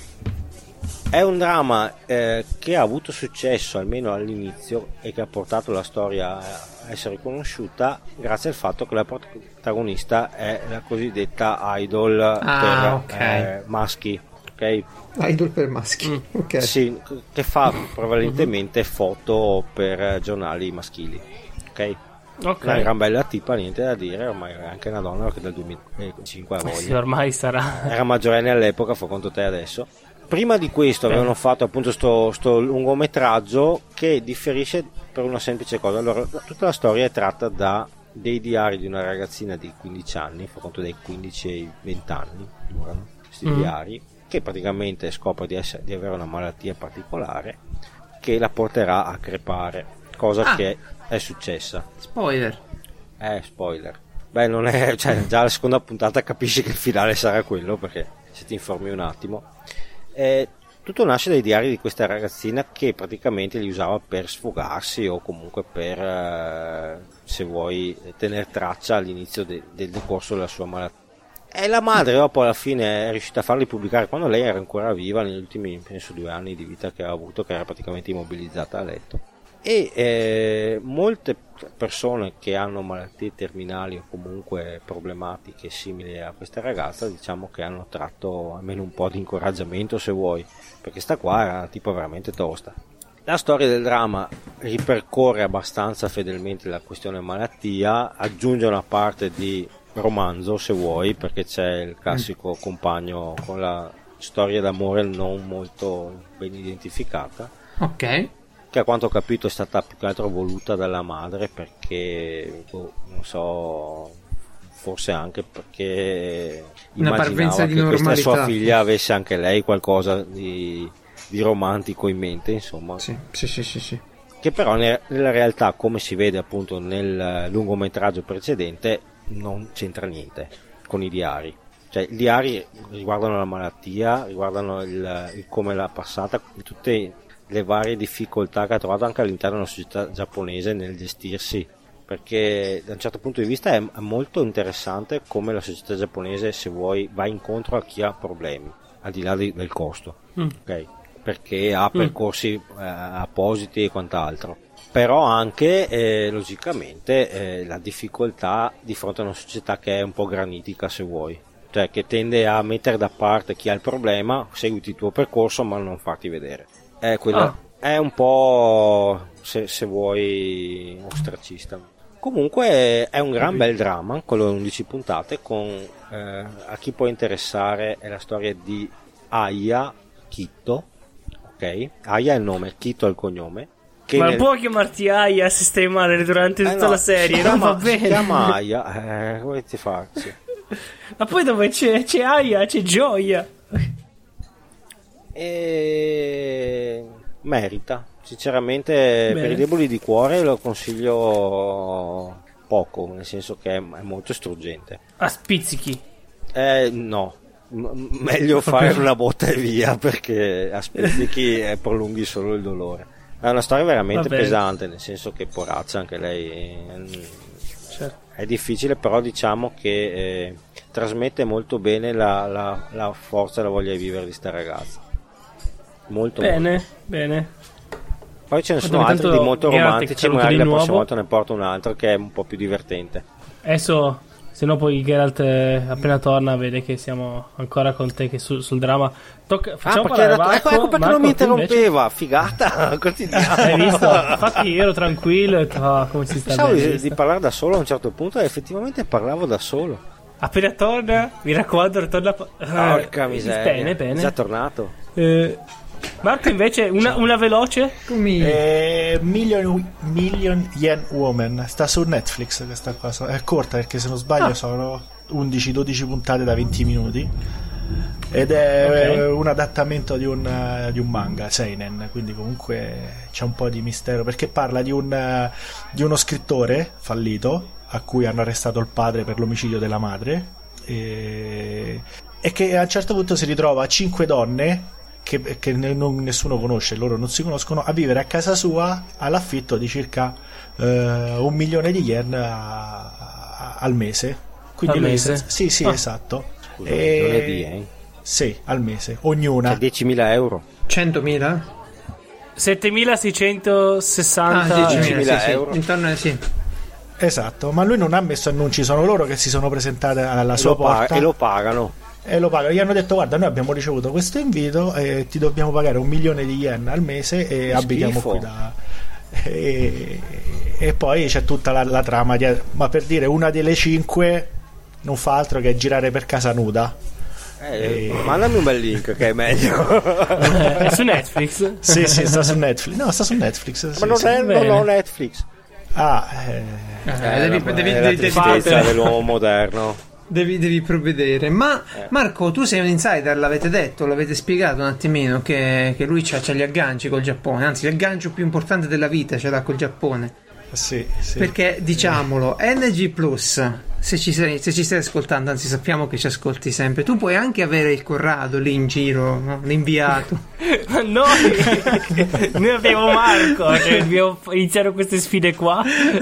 È un dramma che ha avuto successo almeno all'inizio e che ha portato la storia a essere conosciuta grazie al fatto che la protagonista è la cosiddetta idol per maschi, ok? Idol per maschi, ok. Sì, che fa prevalentemente foto per giornali maschili, ok? Una gran bella tipa, niente da dire, ormai è anche una donna perché dal 2005 ha voglia. Sì, ormai sarà. Era maggiorenne all'epoca, fa conto te adesso. Prima di questo avevano fatto appunto sto lungometraggio che differisce per una semplice cosa. Allora, tutta la storia è tratta da dei diari di una ragazzina di 15 anni, fa conto dai 15 ai 20 anni durano questi diari, che praticamente scopre di avere una malattia particolare che la porterà a crepare, cosa che è successa. Spoiler. Spoiler. Beh, non è, cioè, già la seconda puntata capisci che il finale sarà quello, perché se ti informi un attimo. Tutto nasce dai diari di questa ragazzina che praticamente li usava per sfogarsi o comunque per, se vuoi, tenere traccia all'inizio del decorso della sua malattia. E la madre dopo alla fine è riuscita a farli pubblicare quando lei era ancora viva, negli ultimi penso 2 anni di vita che ha avuto, che era praticamente immobilizzata a letto. E molte persone che hanno malattie terminali o comunque problematiche simili a questa ragazza, diciamo che hanno tratto almeno un po' di incoraggiamento, se vuoi, perché sta qua era tipo veramente tosta. La storia del dramma ripercorre abbastanza fedelmente la questione malattia, aggiunge una parte di romanzo, se vuoi, perché c'è il classico compagno con la storia d'amore non molto ben identificata, ok, che a quanto ho capito è stata più che altro voluta dalla madre perché non so, forse anche perché una parvenza di normalità, questa sua figlia avesse anche lei qualcosa di romantico in mente, insomma. Sì. Che però nella realtà, come si vede appunto nel lungometraggio precedente, non c'entra niente con i diari. Cioè i diari riguardano la malattia, riguardano il come l'ha passata, tutte le varie difficoltà che ha trovato anche all'interno della società giapponese nel gestirsi, perché da un certo punto di vista è molto interessante come la società giapponese, se vuoi, va incontro a chi ha problemi al di là del costo, ok? Perché ha percorsi appositi e quant'altro, però anche logicamente la difficoltà di fronte a una società che è un po' granitica, se vuoi, cioè che tende a mettere da parte chi ha il problema, seguiti il tuo percorso ma non farti vedere. È un po', se vuoi, ostracista. Comunque è un gran bel dramma, quello di 11 puntate, con a chi può interessare è la storia di Aya Kitto, ok? Aya è il nome, Kitto è il cognome. Ma può chiamarti Aya se stai male durante tutta la serie? Non va bene. Si chiama Aya, come ti faccio? Ma poi dove c'è Aya c'è gioia. E merita, Sinceramente, Bene. per i deboli di cuore lo consiglio poco, nel senso che è molto struggente. A spizzichi. No, meglio fare una botta e via, perché a spizzichi prolunghi solo il dolore. È una storia veramente pesante, nel senso che porazza anche lei. Certo. È difficile, però diciamo che trasmette molto bene la forza e la voglia di vivere di sta ragazza. Molto Bene, bene. Poi ce ne sono Guarda, altri intanto di molto Geralt è romantici, caduto magari di la nuovo. prossima volta ne porto un altro che è un po' più divertente. Adesso, se no poi Geralt appena torna vede che siamo ancora con te che sul dramma. Facciamo perché parlare Marco. ecco perché non mi Marco, tu invece? interrompeva, figata, continuiamo. Hai visto? Infatti io ero tranquillo e ho detto, come si sta Pensavo bene, di parlare da solo a un certo punto e effettivamente parlavo da solo. Appena torna, mi raccomando, ritorna. Porca miseria, Bene. è già tornato. Marco invece una veloce. Million Yen Woman, sta su Netflix questa qua, è corta perché se non sbaglio sono 11-12 puntate da 20 minuti ed è un adattamento di un manga seinen, quindi comunque c'è un po' di mistero perché parla di uno scrittore fallito a cui hanno arrestato il padre per l'omicidio della madre e che a un certo punto si ritrova 5 donne che nessuno conosce, loro non si conoscono, a vivere a casa sua all'affitto di circa 1 milione di yen al mese. Quindi al mese? Sì, esatto. Scusa, 1 milione di yen? Sì, al mese, ognuna. Cioè 10.000 euro? 100.000? 7.660 10.000 sì, euro. Intorno sì. Esatto, ma lui non ha messo annunci, sono loro che si sono presentate alla sua porta e lo pagano. E lo pagano. Gli hanno detto: guarda, noi abbiamo ricevuto questo invito e ti dobbiamo pagare 1 milione di yen al mese e abitiamo qui e poi c'è tutta la trama ma per dire, una delle 5 non fa altro che girare per casa nuda. Mandami un bel link che è meglio. È su Netflix? Sì, sta su Netflix. No, sta su Netflix. Ma non ho Netflix. Devi tristezza dell'uomo moderno. Devi provvedere. Ma Marco, tu sei un insider, l'avete detto, l'avete spiegato un attimino che lui c'ha gli agganci col Giappone, anzi l'aggancio più importante della vita ce l'ha col Giappone. Sì. Perché diciamolo, NG Plus, se ci stai ascoltando, anzi sappiamo che ci ascolti sempre, tu puoi anche avere il Corrado lì in giro, no? L'inviato. Ma noi abbiamo Marco, cioè dobbiamo iniziare queste sfide qua.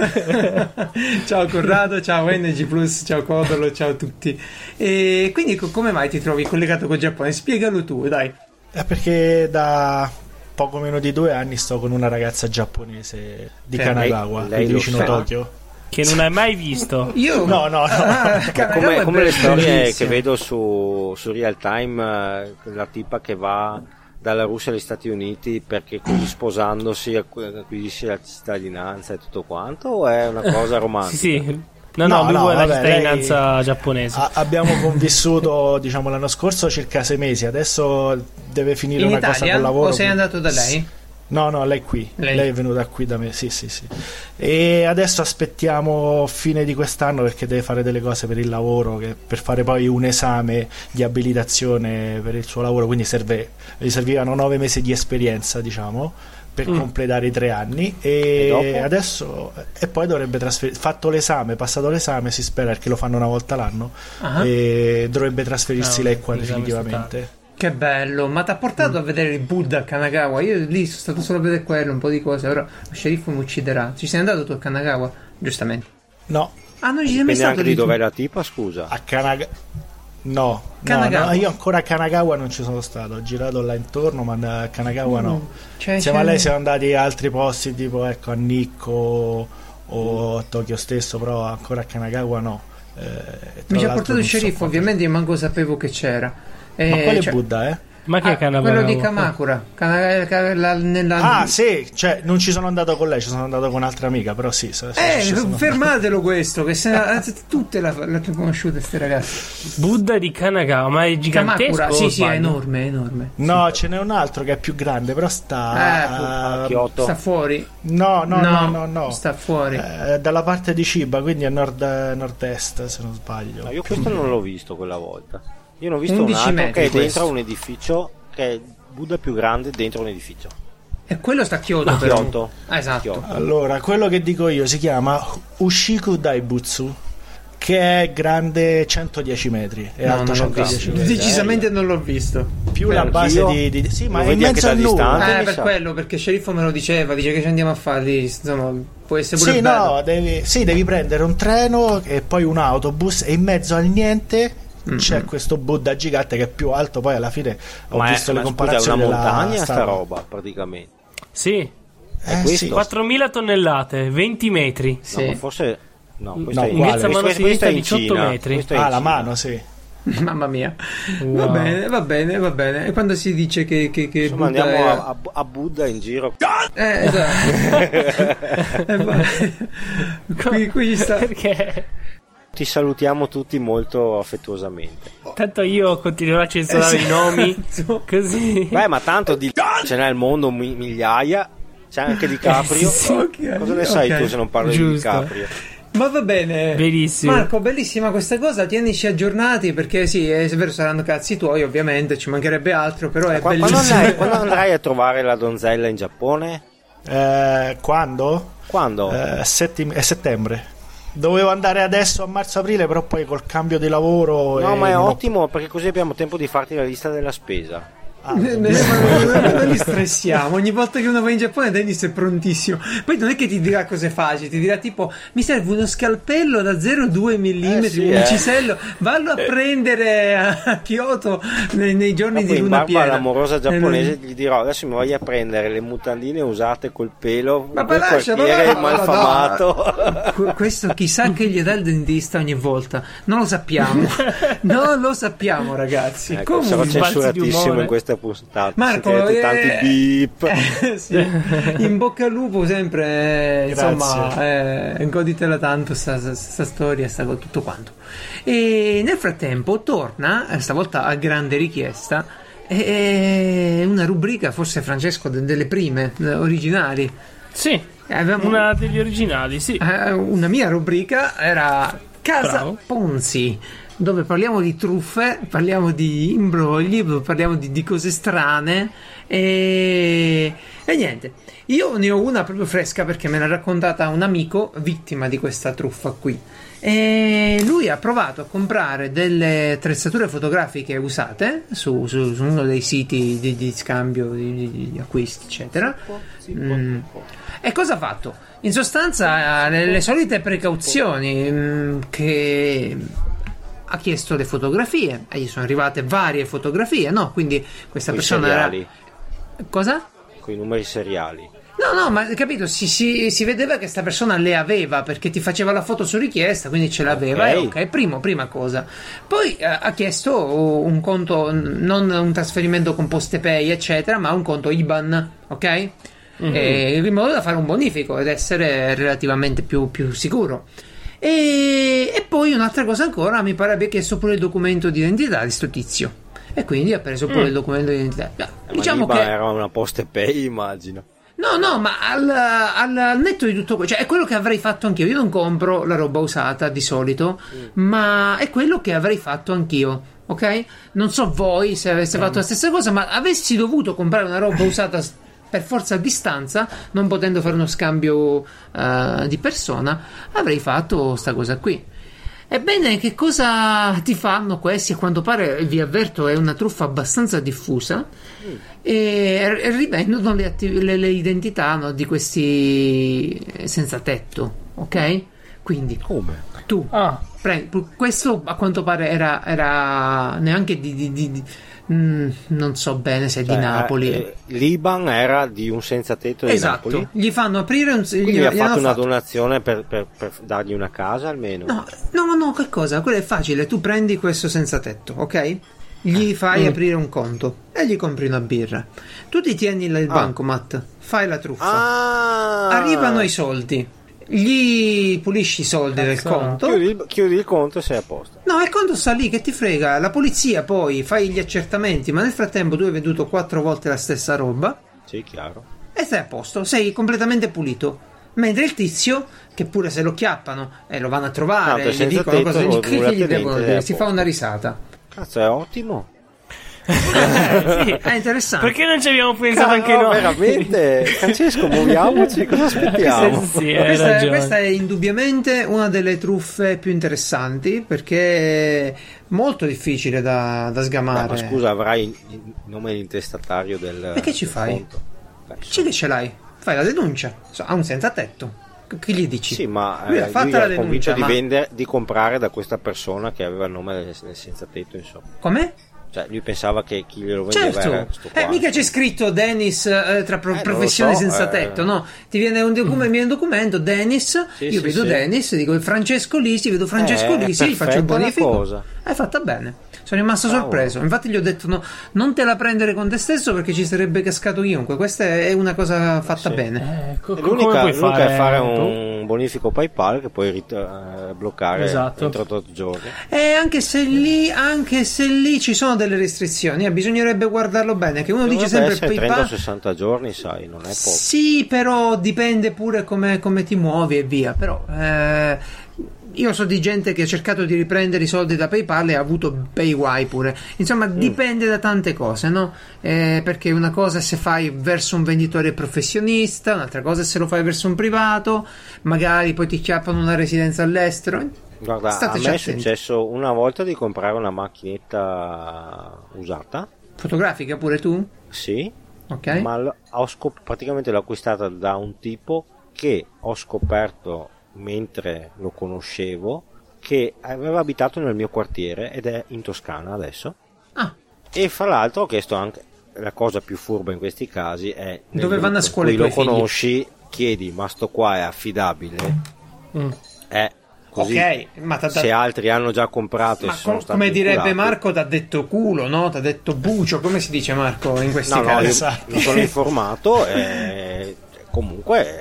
Ciao Corrado, ciao NG Plus, ciao Codolo, ciao a tutti. E quindi come mai ti trovi collegato col Giappone? Spiegalo tu, dai. Perché da poco meno di 2 anni sto con una ragazza giapponese di Kanagawa, lei vicino Tokyo. Che non hai mai visto? Io No. Come le storie bellissimo. che vedo su Real Time, la tipa che va dalla Russia agli Stati Uniti perché così sposandosi acquisisce la cittadinanza e tutto quanto, o è una cosa romantica? Sì. No, lui vuole la cittadinanza giapponese. Abbiamo convissuto, diciamo, l'anno scorso circa 6 mesi. Adesso deve finire in una Italia, cosa col lavoro. o sei andato da lei? No, lei qui. Lei è venuta qui da me. Sì. E adesso aspettiamo fine di quest'anno perché deve fare delle cose per il lavoro, per fare poi un esame di abilitazione per il suo lavoro. Quindi gli servivano 9 mesi di esperienza, diciamo, per completare i 3 anni e adesso e poi dovrebbe passato l'esame, si spera, perché lo fanno una volta l'anno, e dovrebbe trasferirsi lei qua definitivamente. Che bello, ma ti ha portato a vedere il Buddha a Kanagawa? Io lì sono stato solo a vedere quello, un po' di cose, però lo sceriffo mi ucciderà. Ci sei andato tu a Kanagawa? Giustamente. No. Non ci sei mai stato di dov'è la tipa, scusa? A Kanagawa. No, io ancora a Kanagawa non ci sono stato, ho girato là intorno, ma a Kanagawa no. Insieme a lei siamo andati a altri posti, tipo a Nikko o a Tokyo stesso, però ancora a Kanagawa no. Mi ci ha portato il sceriffo, ovviamente io manco sapevo che c'era. Ma quale Buddha, Ma che è Kanagawa? Quello di Kamakura. Sì, cioè non ci sono andato con lei, ci sono andato con un'altra amica, però sì. Fermatelo questo, che tutte le conosciute queste ragazze. Buddha di Kanagawa, ma è gigantesco? Kamakura, sì, è enorme. No, ce n'è un altro che è più grande, però sta a Kyoto. Sta fuori. No. Sta fuori. Dalla parte di Chiba, quindi a nord-est, se non sbaglio. Io questo non l'ho visto quella volta. Io ne ho visto un altro che è dentro un edificio, che è il Buddha più grande dentro un edificio. E quello sta a Kyoto, A però. Kyoto. Esatto. Kyoto. Allora, quello che dico io si chiama Ushiku Daibutsu, che è grande 110 metri, è No, alto non l'ho 110 visto. metri. Decisamente non l'ho visto. Più Beh, la base anch'io. di sì, ma Lo è in vedi mezzo anche a da nulla. distante. Per sa. quello, perché Sceriffo me lo diceva, dice che ci andiamo a fare lì, insomma, può essere pure Sì, bello. no, devi prendere un treno e poi un autobus e in mezzo al niente c'è questo Buddha gigante che è più alto. Poi alla fine ho visto le Scusa, è comparazioni una della montagna sta statua. roba, praticamente. Sì, questo? Sì. 4.000 tonnellate, 20 metri. Sì. No, ma forse... No, questo No, è uguale. Lunghezza mano questo sinistra è in 18 Cina. metri. Questo è in La Cina. mano, sì. Mamma mia. Wow. Va bene. E quando si dice che Insomma, Buddha andiamo è- a Buddha in giro. esatto. Qui sta. Perché Ti salutiamo tutti molto affettuosamente. tanto io continuerò a censurare i nomi, Esatto. così. Beh, ma tanto di ce n'è al mondo migliaia. C'è anche DiCaprio. Sì. Ok, Cosa ne sai ok. tu se non parli di Giusto. DiCaprio? Ma va bene. Benissimo. Marco, bellissima questa cosa, tienici aggiornati perché sì, è vero, saranno cazzi tuoi, ovviamente, ci mancherebbe altro, però è Quando bellissimo. quando andrai a trovare la donzella in Giappone? Quando? Quando? È settembre. Dovevo andare adesso a marzo-aprile, però poi col cambio di lavoro No, e ma è non ho- ottimo perché così abbiamo tempo di farti la lista della spesa. Ma non li stressiamo. Ogni volta che uno va in Giappone, Dennis è prontissimo. Poi non è che ti dirà cose facili, ti dirà tipo: mi serve uno scalpello da 0,2 mm, sì, un cisello, vallo a prendere a Kyoto nei giorni Dopo di in luna barba piena. all'amorosa giapponese lui- gli dirò: adesso mi voglio a prendere le mutandine usate col pelo Ma del lascia, quartiere ma malfamato. Questo chissà che gli dà il dentista ogni volta. Non lo sappiamo. Non lo sappiamo, ragazzi. Ecco, sarò Comunque, censuratissimo umore. in questa puntata. Marco, Sentirete tanti beep. sì. In bocca al lupo sempre, insomma, Grazie. goditela tanto sta storia, tutto quanto. E nel frattempo torna, stavolta a grande richiesta, una rubrica, forse Francesco, delle prime, originali. Sì, Avevamo una degli originali, sì. una mia rubrica era Casa Bravo. Ponzi, dove parliamo di truffe, parliamo di imbrogli, parliamo di cose strane e niente. Io ne ho una proprio fresca perché me l'ha raccontata un amico vittima di questa truffa qui. E lui ha provato a comprare delle attrezzature fotografiche usate su uno dei siti di scambio di acquisti, eccetera. E cosa ha fatto? In sostanza le solite precauzioni, che ha chiesto le fotografie e gli sono arrivate varie fotografie, no? Quindi questa Coi persona seriali, era... Cosa? con i numeri seriali. No, ma capito, si vedeva che questa persona le aveva perché ti faceva la foto su richiesta, quindi ce l'aveva. Ok. Prima cosa. Poi ha chiesto un conto, non un trasferimento con PostePay, eccetera, ma un conto IBAN, ok? In modo da fare un bonifico ed essere relativamente più sicuro. E poi un'altra cosa ancora, mi pare abbia chiesto pure il documento di identità di sto tizio. E quindi ha preso pure il documento di identità. Diciamo ma che era una PostePay, immagino. No, ma al netto di tutto questo, cioè è quello che avrei fatto anch'io. Io non compro la roba usata di solito, ma è quello che avrei fatto anch'io, ok? Non so voi se aveste fatto la stessa cosa, ma avessi dovuto comprare una roba usata per forza a distanza, non potendo fare uno scambio di persona, avrei fatto sta cosa qui. Ebbene, che cosa ti fanno questi? A quanto pare, vi avverto, è una truffa abbastanza diffusa e rivendono le identità, no, di questi senza tetto, ok? Quindi Come? tu questo a quanto pare era neanche non so bene se è di Napoli. L'Iban era di un senza tetto di Esatto, Napoli. gli fanno aprire Quindi gli ha hanno fatto una fatto- donazione per dargli una casa almeno. No, che cosa? Quello è facile. Tu prendi questo senza tetto, ok? Gli fai aprire un conto e gli compri una birra. Tu ti tieni il bancomat, fai la truffa. Arrivano i soldi. Gli pulisci i soldi del conto. Chiudi il conto e sei a posto. No, il conto sta lì, che ti frega. La polizia poi fai gli accertamenti, ma nel frattempo tu hai venduto 4 volte la stessa roba Sì, chiaro. e stai a posto, sei completamente pulito. Mentre il tizio, che pure se lo chiappano e lo vanno a trovare, Tanto gli senza dicono tetto, cosa nulla che gli devono tenente, dire, è a si fa posto. una risata. Cazzo, è ottimo. Sì. È interessante. Perché non ci abbiamo pensato anche No, noi? veramente, Francesco, muoviamoci, cosa aspettiamo? Sì, hai ragione. Questa è indubbiamente una delle truffe più interessanti, perché è molto difficile da sgamare. Ma scusa, avrai il nome dell'intestatario del E che ci del fai? conto? Sì che ce l'hai, fai la denuncia. Ha un senza tetto. Che gli dici? Sì, ma Lui ha fatto lui la era convinto denuncia, di comprare da questa persona che aveva il nome del senza tetto, insomma. Com'è? Cioè, lui pensava che chi glielo vendeva era Certo, sto qua. mica c'è scritto Dennis tra non lo professioni so, senza tetto, no? Ti viene un documento, Dennis, Sì, io sì, vedo sì. Dennis, dico Francesco Lisi, vedo Francesco È Lisi, gli faccio il perfetta la bonifico. cosa. Hai fatta bene. Sono rimasto Bravo. sorpreso. Infatti gli ho detto no, non te la prendere con te stesso perché ci sarebbe cascato chiunque. Questa è una cosa fatta Sì. bene. Come L'unica puoi è fare boh? un bonifico PayPal che puoi bloccare Esatto. entro 8 giorni. E anche se lì ci sono delle restrizioni, bisognerebbe guardarlo bene. Che uno dice sempre essere PayPal. 30-60 giorni, sai, non è poco. Sì, però dipende pure come ti muovi e via. Però io so di gente che ha cercato di riprendere i soldi da PayPal e ha avuto PayY pure. Insomma, dipende da tante cose, no? Perché una cosa è se fai verso un venditore professionista, un'altra cosa è se lo fai verso un privato, magari poi ti chiappano una residenza all'estero. Guarda, Stateci a me è attenti. successo una volta di comprare una macchinetta usata, Fotografica pure tu? sì, Ok. ma praticamente l'ho acquistata da un tipo che ho scoperto mentre lo conoscevo che aveva abitato nel mio quartiere ed è in Toscana adesso. Ah, E fra l'altro ho chiesto anche, la cosa più furba in questi casi è nel Dove vanno a gruppo scuola in i cui tuoi lo figli? conosci, chiedi ma sto qua è affidabile, è così. ok, ma Se altri hanno già comprato e ma sono stati come direbbe inculati. Marco, t'ha detto culo, no? T'ha detto bucio, come si dice Marco in questi No, casi? io Esatto. mi sono informato e comunque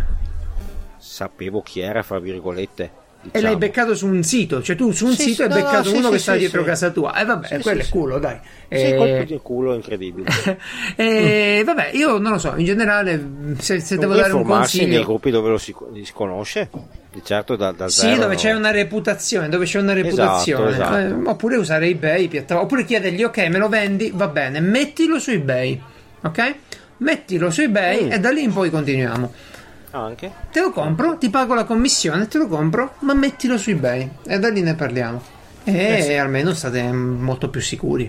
sapevo chi era, fra virgolette. E diciamo. l'hai beccato su un sito, cioè tu su un Sì, sito sì, hai no, beccato sì, uno sì, che sta sì, dietro sì. casa tua. E vabbè, Sì, quello sì, è culo, dai. Sì, colpo di culo incredibile. Vabbè, io non lo so, in generale, se devo Comunque dare un informarsi nei consiglio. gruppi dove si conosce, di certo da Sì, zero, dove c'è no. una reputazione, Esatto. Oppure usare eBay, oppure chiedergli ok, me lo vendi, va bene, mettilo su eBay, ok? Mettilo su eBay e da lì in poi continuiamo. Anche? Te lo compro, ti pago la commissione, te lo compro, ma mettilo su eBay e da lì ne parliamo. E almeno state molto più sicuri.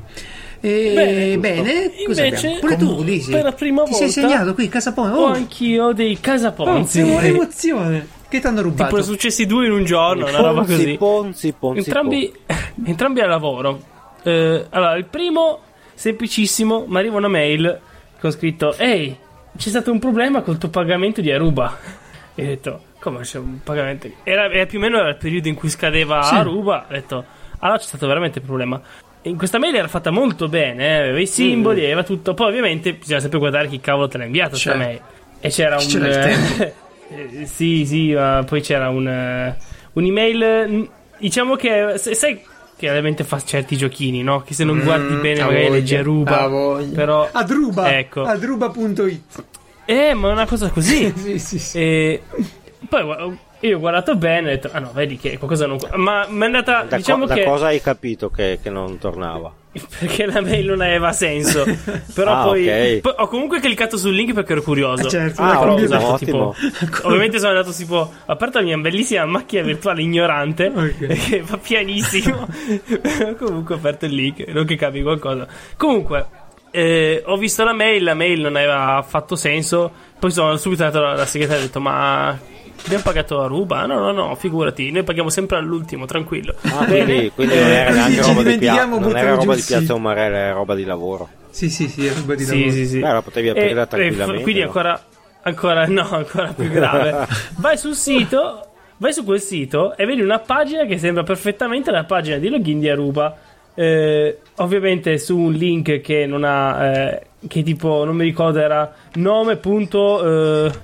Bene, cosa Invece, abbiamo? Pure tu, Lisi, per la prima ti sei volta segnato qui, Casa Ponzi. ho anch'io dei casaponzi. Emozione. Che ti hanno rubato? Tipo, successi 2 in un giorno, una roba così. Ponzi. Entrambi a lavoro. Allora, il primo, semplicissimo, mi arriva una mail con scritto: ehi, c'è stato un problema col tuo pagamento di Aruba. E ho detto: come c'è un pagamento? Era più o meno il periodo in cui scadeva Aruba. Ho detto: allora c'è stato veramente un problema. E in questa mail era fatta molto bene, aveva i simboli, aveva tutto. Poi ovviamente bisogna sempre guardare chi cavolo te l'ha inviato questa mail. E c'era un C'era il tempo. sì, ma poi c'era un'email, diciamo che sai che ovviamente fa certi giochini, no? Che se non guardi bene magari leggi Aruba, però Adruba, ecco. adruba.it. Ma è una cosa così. sì. E poi io ho guardato bene e ho detto: ah no, vedi che qualcosa non. Ma mi è andata. Diciamo da che. cosa hai capito che non tornava? Perché la mail non aveva senso. Però poi ho comunque cliccato sul link perché ero curioso. Certo, Però ho ottimo, usato, tipo, ovviamente sono andato tipo, aperto la mia bellissima macchina virtuale ignorante che va pianissimo. Però comunque ho aperto il link, non che capi qualcosa. Comunque ho visto la mail non aveva affatto senso. Poi sono subito andato alla segretaria e ho detto: ma abbiamo pagato a Ruba? No, figurati, noi paghiamo sempre all'ultimo, tranquillo. Quindi non era neanche ci roba di dimentichiamo, non era roba di sì. Piazza Umarella, era roba di lavoro. Sì, è roba di lavoro. Sì. Beh, la potevi aprire tranquillamente. Quindi no? ancora più grave. Vai su quel sito e vedi una pagina che sembra perfettamente la pagina di login di Aruba. Ovviamente su un link che non ha che tipo, non mi ricordo, era nome.com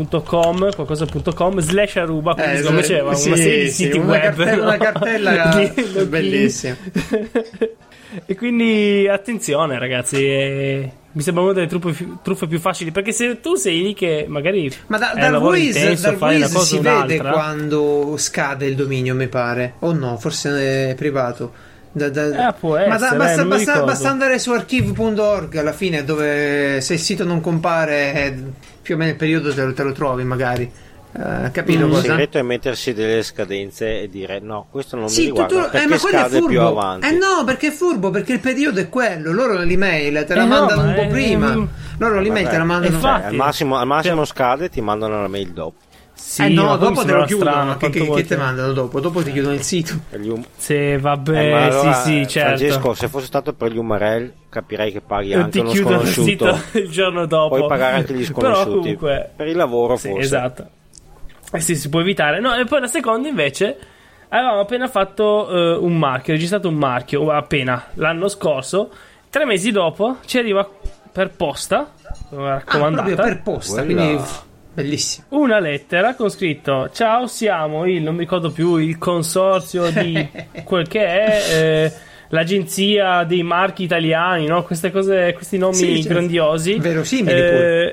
/Aruba, quindi secondo me c'era una serie di siti web, una cartella bellissima. E quindi attenzione ragazzi, mi sembra una delle truffe più facili, perché se tu sei lì che magari dal lavoro Wiz intenso, fai una cosa si o vede un'altra, quando scade il dominio, mi pare, o no, forse è privato. Può essere, basta andare su archive.org alla fine, dove se il sito non compare più o meno il periodo te lo trovi magari. Capito cosa? Il segreto è mettersi delle scadenze e dire no, questo non mi riguarda, ma perché scade più avanti. No, perché è furbo, perché il periodo è quello. Loro l'email te la mandano un po' prima. Loro l'email te la mandano. Al massimo scade, ti mandano la mail dopo. Sì, dopo te lo chiudono. Che te mandano dopo? Dopo ti chiudono il sito. Sì, vabbè, allora, sì, certo. Francesco, se fosse stato per gli URL capirei che paghi anche uno sconosciuto. Ti chiudono il sito il giorno dopo. Puoi pagare anche gli sconosciuti. Però comunque, per il lavoro forse. Esatto. Sì, si può evitare. No, e poi la seconda invece, avevamo appena fatto un marchio, registrato un marchio appena l'anno scorso. 3 mesi dopo ci arriva per posta, raccomandata, proprio per posta, quindi bellissimo. Una lettera con scritto: ciao, siamo non mi ricordo più, il consorzio di quel che è l'agenzia dei marchi italiani, no? Queste cose, questi nomi grandiosi, verosimili pure.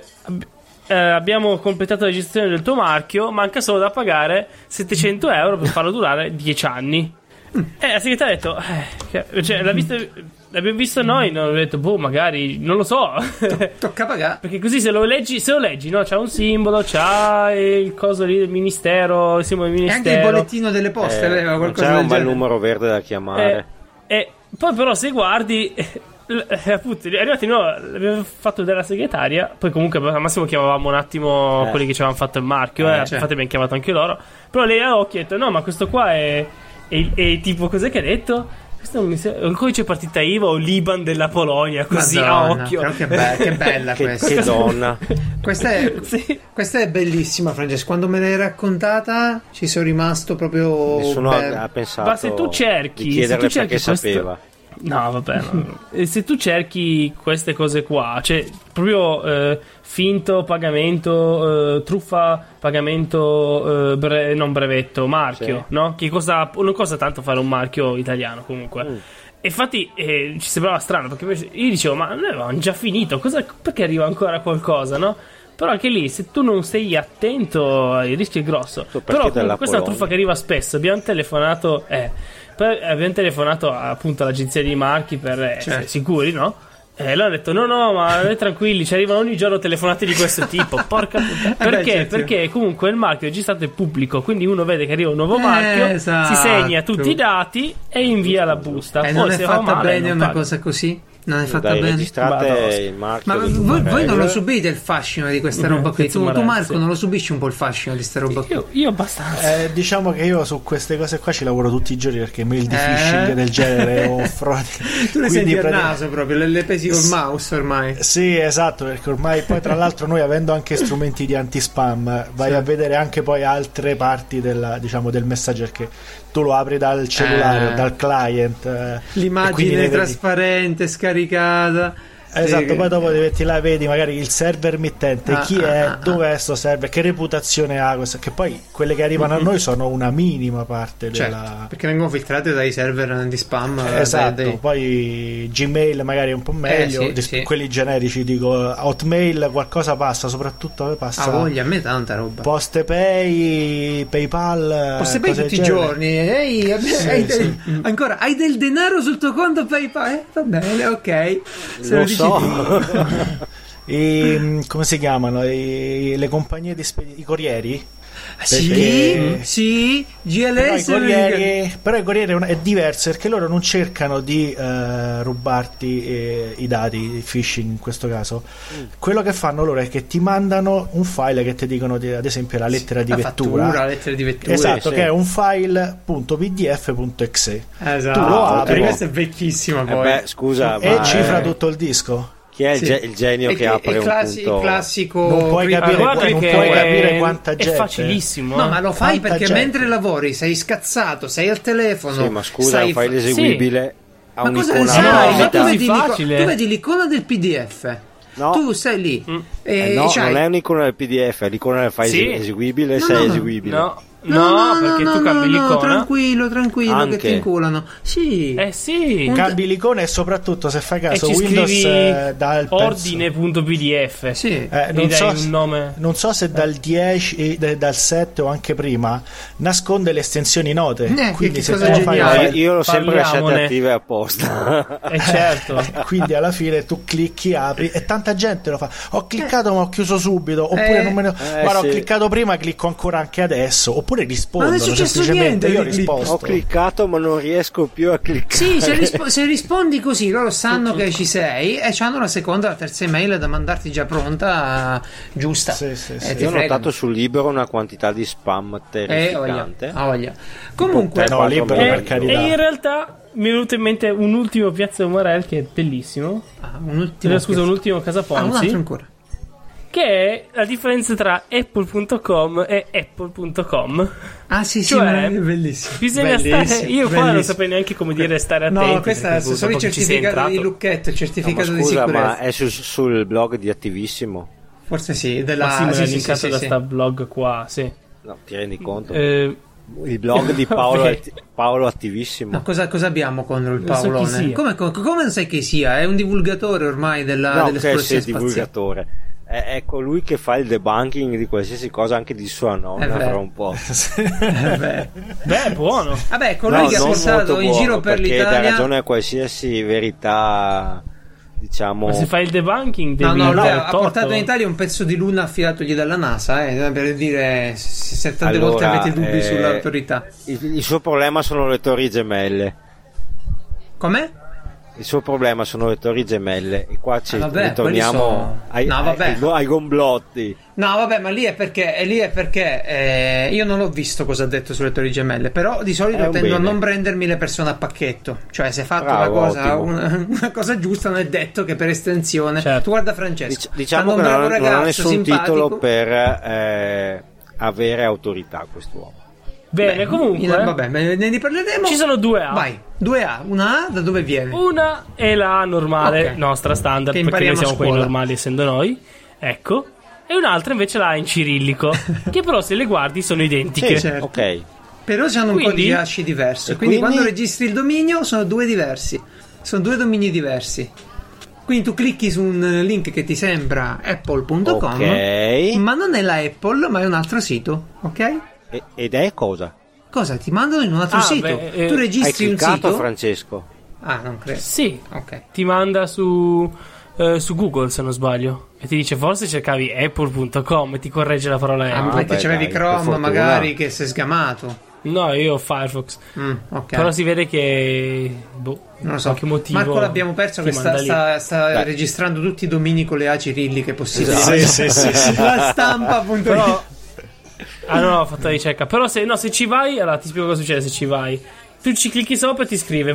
Abbiamo completato la registrazione del tuo marchio, manca solo da pagare 700 euro per farlo durare 10 anni. La segretaria ha detto cioè, l'abbiamo visto noi, non ho detto magari, non lo so, tocca pagare, perché così se lo leggi no, c'ha un simbolo, c'ha il coso lì del ministero, il simbolo del ministero, e anche il bollettino delle poste aveva qualcosa, c'era un bel numero verde da chiamare, e poi però se guardi appunto arrivati noi, l'abbiamo fatto della segretaria, poi comunque al massimo chiamavamo un attimo quelli che ci avevano fatto il marchio, infatti abbiamo chiamato anche loro, però lei ha detto no, ma questo qua è tipo, cos'è che ha detto? Questo non mi sembra il codice partita IVA o l'Iban della Polonia, così a occhio. Però che bella questa. Che donna. Questa è bellissima, Francesco. Quando me l'hai raccontata ci sono rimasto proprio. Nessuno ha pensato. Ma se tu cerchi, di chiederle perché sapeva. No, vabbè, no. Se tu cerchi queste cose qua, cioè proprio finto pagamento, truffa pagamento, non brevetto, marchio, no? Che non costa tanto fare un marchio italiano comunque. E infatti ci sembrava strano, perché io dicevo, ma noi avevamo già finito, perché arriva ancora qualcosa, no? Però anche lì, se tu non sei attento, il rischio è grosso. Però questa è una truffa che arriva spesso. Abbiamo telefonato appunto all'agenzia di marchi per essere sicuri, no? E loro hanno detto no, ma tranquilli, ci arrivano ogni giorno telefonate di questo tipo. Porca puttana. Perché? Perché comunque il marchio registrato è pubblico, quindi uno vede che arriva un nuovo marchio, esatto, si segna tutti i dati e invia la busta. E non è fatta bene una cosa così? Non è fatta bene. Registrate il marchio. Ma voi non lo subite il fascino di questa roba qui? Tu Marco non lo subisci un po' il fascino di questa roba qui? Io abbastanza. Diciamo che io su queste cose qua ci lavoro tutti i giorni, perché mail di phishing del genere o frodi. Tu le senti al naso proprio, le pesi col mouse ormai. Sì, esatto, perché ormai poi tra l'altro noi, avendo anche strumenti di anti-spam, vai a vedere anche poi altre parti del Messenger, che tu lo apri dal cellulare, dal client, l'immagine trasparente scaricata. Esatto, poi dopo ti metti là e vedi magari il server mittente, chi è, dov'è sto server, che reputazione ha questo, che poi quelle che arrivano a noi sono una minima parte della... perché vengono filtrate dai server di spam. Esatto, poi Gmail magari un po' meglio, quelli generici, dico Hotmail qualcosa passa, soprattutto passa a me tanta roba, PostePay, PayPal, PostePay tutti i giorni. Ancora hai del denaro sul tuo conto PayPal? Va bene, ok, se lo so. Come si chiamano le compagnie di i corrieri? Sì, GLS. Però i corrieri è diverso, perché loro non cercano di rubarti i dati, il phishing in questo caso. Quello che fanno loro è che ti mandano un file che ti dicono, ad esempio, la lettera di vettura. La lettera di vettura. Esatto, che è un file .pdf.exe. Esatto. Tu lo apri. Questo è vecchissimo poi. Scusa, e cifra tutto il disco. Chi è il genio che apre un punto? Il classico. Non puoi capire quanta gente. È facilissimo. No, ma lo fai perché mentre lavori sei scazzato, sei al telefono. Sì, ma scusa, un file eseguibile ha ma cosa un'icona. sai? Tu vedi l'icona del PDF. No. Tu sei lì. Non è un'icona del PDF, è l'icona del file eseguibile. Sei eseguibile. No. No, perché tu cambi l'icona. Tranquillo, Anche. che ti inculano. Sì. Sì. Cambi l'icona e soprattutto, se fai caso, E ci Windows scrivi dà il ordine.pdf. Sì. Gli non, dai so, un nome. non so se dal 10, dal 7 o anche prima nasconde le estensioni note. che Quindi se cosa tu fai geniale. Io l'ho sempre lasciate Parliamone. attive apposta. Certo. quindi alla fine tu clicchi, apri e tanta gente lo fa. Ho cliccato ma ho chiuso subito, oppure non me ne guarda, sì. ho cliccato prima, clicco ancora anche adesso, oppure Ma non è rispondono successo semplicemente. niente, Io di click. risposto. Ho cliccato ma non riesco più a cliccare. Sì, se rispondi così, loro sanno che ci sei e hanno la seconda e la terza email da mandarti già pronta, giusta. Sì. Ti Io ho fregano. notato sul libro una quantità di spam terrificante. Voglia. Comunque, No, libero, per E carità. in realtà mi è venuto in mente un ultimo Piazza Umarell che è bellissimo. un ultimo. Un ultimo Casa un altro Ponzi. ancora. Che è la differenza tra apple.com e apple.com. Ah, sì, Cioè, ma è bellissimo. Bisogna Bellissimo, stare. Io qua non sapevo neanche come dire stare attenti. No, questo è perché solo il dopo che ci sei certificato di entrato- lucchetto, il No, ma certificato di scusa, sicurezza. ma è sul blog di Attivissimo? Forse sì, della Ma sì, me l'ha sì, linkato da sì. sta blog qua, sì. No, ti rendi conto? Eh, Il blog di vabbè. Paolo Attivissimo. Ma cosa abbiamo contro il Non so chi Paolone? sia. Come non sai chi sia? È un divulgatore ormai No, dell'esplorazione che sei spaziale. divulgatore. È colui che fa il debunking di qualsiasi cosa, anche di sua È nonna, vero. fra un po'. Beh. Beh, è buono. Vabbè, colui che ha non portato molto in buono, giro per perché dà l'Italia. ragione a qualsiasi verità, diciamo. Ma se fai il debunking devi No, dare ha torto. portato in Italia un pezzo di luna affidatogli dalla NASA, per dire se tante Allora, volte avete dubbi sull'autorità. Il suo problema sono le torri gemelle. Com'è? Il suo problema sono le torri gemelle. E qua ci vabbè, ritorniamo quelli sono- No, vabbè. ai gomblotti. No, vabbè, ma lì è perché io non ho visto cosa ha detto sulle torri gemelle, però di solito È un tendo a bene. non prendermi le persone a pacchetto. Cioè, se hai fatto Bravo, una cosa, ottimo. una cosa giusta, non è detto che per estensione. Certo. Tu guarda Francesco, Diciamo quando che un bravo non ha ragazzo nessun simpatico, titolo per avere autorità quest'uomo. Bene, comunque vabbè, ne riparleremo. ci sono due A. Vai, 2A, una A da dove viene? Una è la A normale, Ok. nostra standard, Che perché noi impariamo a siamo quelli scuola. normali essendo noi. Ecco. E un'altra invece la A in cirillico, che però se le guardi sono identiche. Sì, certo. ok. Però hanno un Quindi- codice hash diverso. E Quindi quindi- quando registri il dominio sono due diversi. Sono due domini diversi. Quindi tu clicchi su un link che ti sembra apple.com, Ok. ma non è la Apple, ma è un altro sito, ok? Ed è cosa? Cosa? Ti mandano in un altro Ah, sito. beh, Tu Hai registri un cliccato, sito. Francesco? Ah, non credo. Sì, Ok. ti manda su Google se non sbaglio e ti dice forse cercavi apple.com e ti corregge la parola Ah, Apple. perché beh, c'avevi dai, per Chrome fortuna. magari che sei sgamato. No, io ho Firefox. Ok. Però si vede che Non lo per so. qualche motivo Marco l'abbiamo perso ti che manda lì. sta Beh. registrando tutti i domini con le A cirilliche possibili. Esatto. Sì. La stampa appunto. Però no, ho fatto la ricerca. Però se ci vai, allora ti spiego cosa succede se ci vai. Tu ci clicchi sopra e ti scrive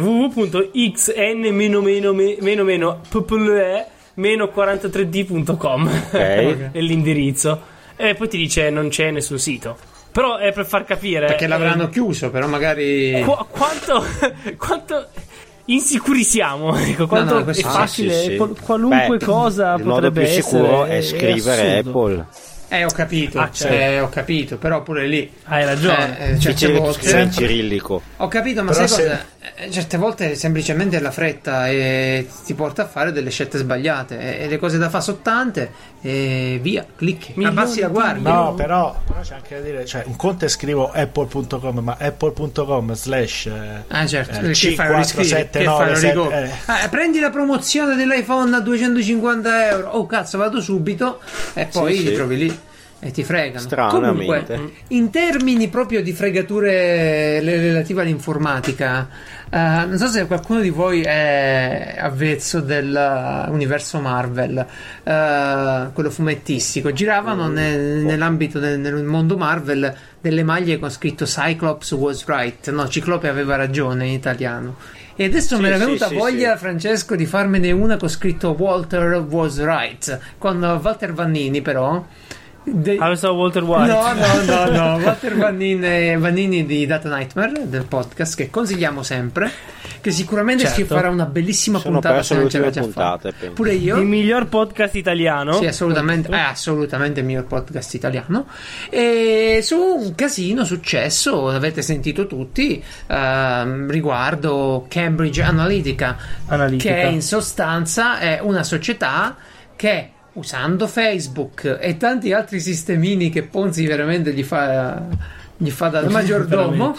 www.xn-ppe-43d.com è l'indirizzo. E poi ti dice non c'è nessun sito. Però è per far capire Perché l'avranno chiuso, però magari. quanto insicuri siamo, ecco, quanto no, è questo- facile, sì, sì. qualunque Beh, cosa il modo potrebbe più sicuro essere. è scrivere assurdo. Apple. Ho capito. certo. Ho capito, però pure lì. Hai ragione. Certe Difficile che tu volte. scriva in cirillico. Ho capito, ma Però sai se- cosa? Certe volte semplicemente la fretta e ti porta a fare delle scelte sbagliate e le cose da fare sono tante e via, clicchi, Milioni abbassi la di guardia. No, però c'è anche da dire, cioè un conto è scrivo apple.com, ma apple.com slash Ah certo, che C4, fai? Lo riscrivi? 7, Che 9, fai? Lo 7, ricopri? Prendi la promozione dell'iPhone a 250 euro. Oh cazzo, vado subito e poi Sì, li sì. trovi lì e ti fregano. Stranamente. Comunque, in termini proprio di fregature relative all'informatica, non so se qualcuno di voi è avvezzo dell'universo Marvel, quello fumettistico. Giravano nell'ambito nel mondo Marvel delle maglie con scritto Cyclops was right, no, Ciclope aveva ragione in italiano. E adesso Sì, me è sì, venuta sì, voglia, Francesco, di farmene una con scritto Walter was right, con Walter Vannini però House of Walter White. No. Walter Vanini di Data Nightmare, del podcast che consigliamo sempre, che sicuramente ci farà una bellissima puntata. Se non ce l'ha già fatta. Pure io. Il miglior podcast italiano. Sì, assolutamente, è assolutamente il miglior podcast italiano. E su un casino successo, avete sentito tutti, riguardo Cambridge Analytica, che in sostanza è una società che, usando Facebook e tanti altri sistemini che Ponzi veramente gli fa da maggiordomo,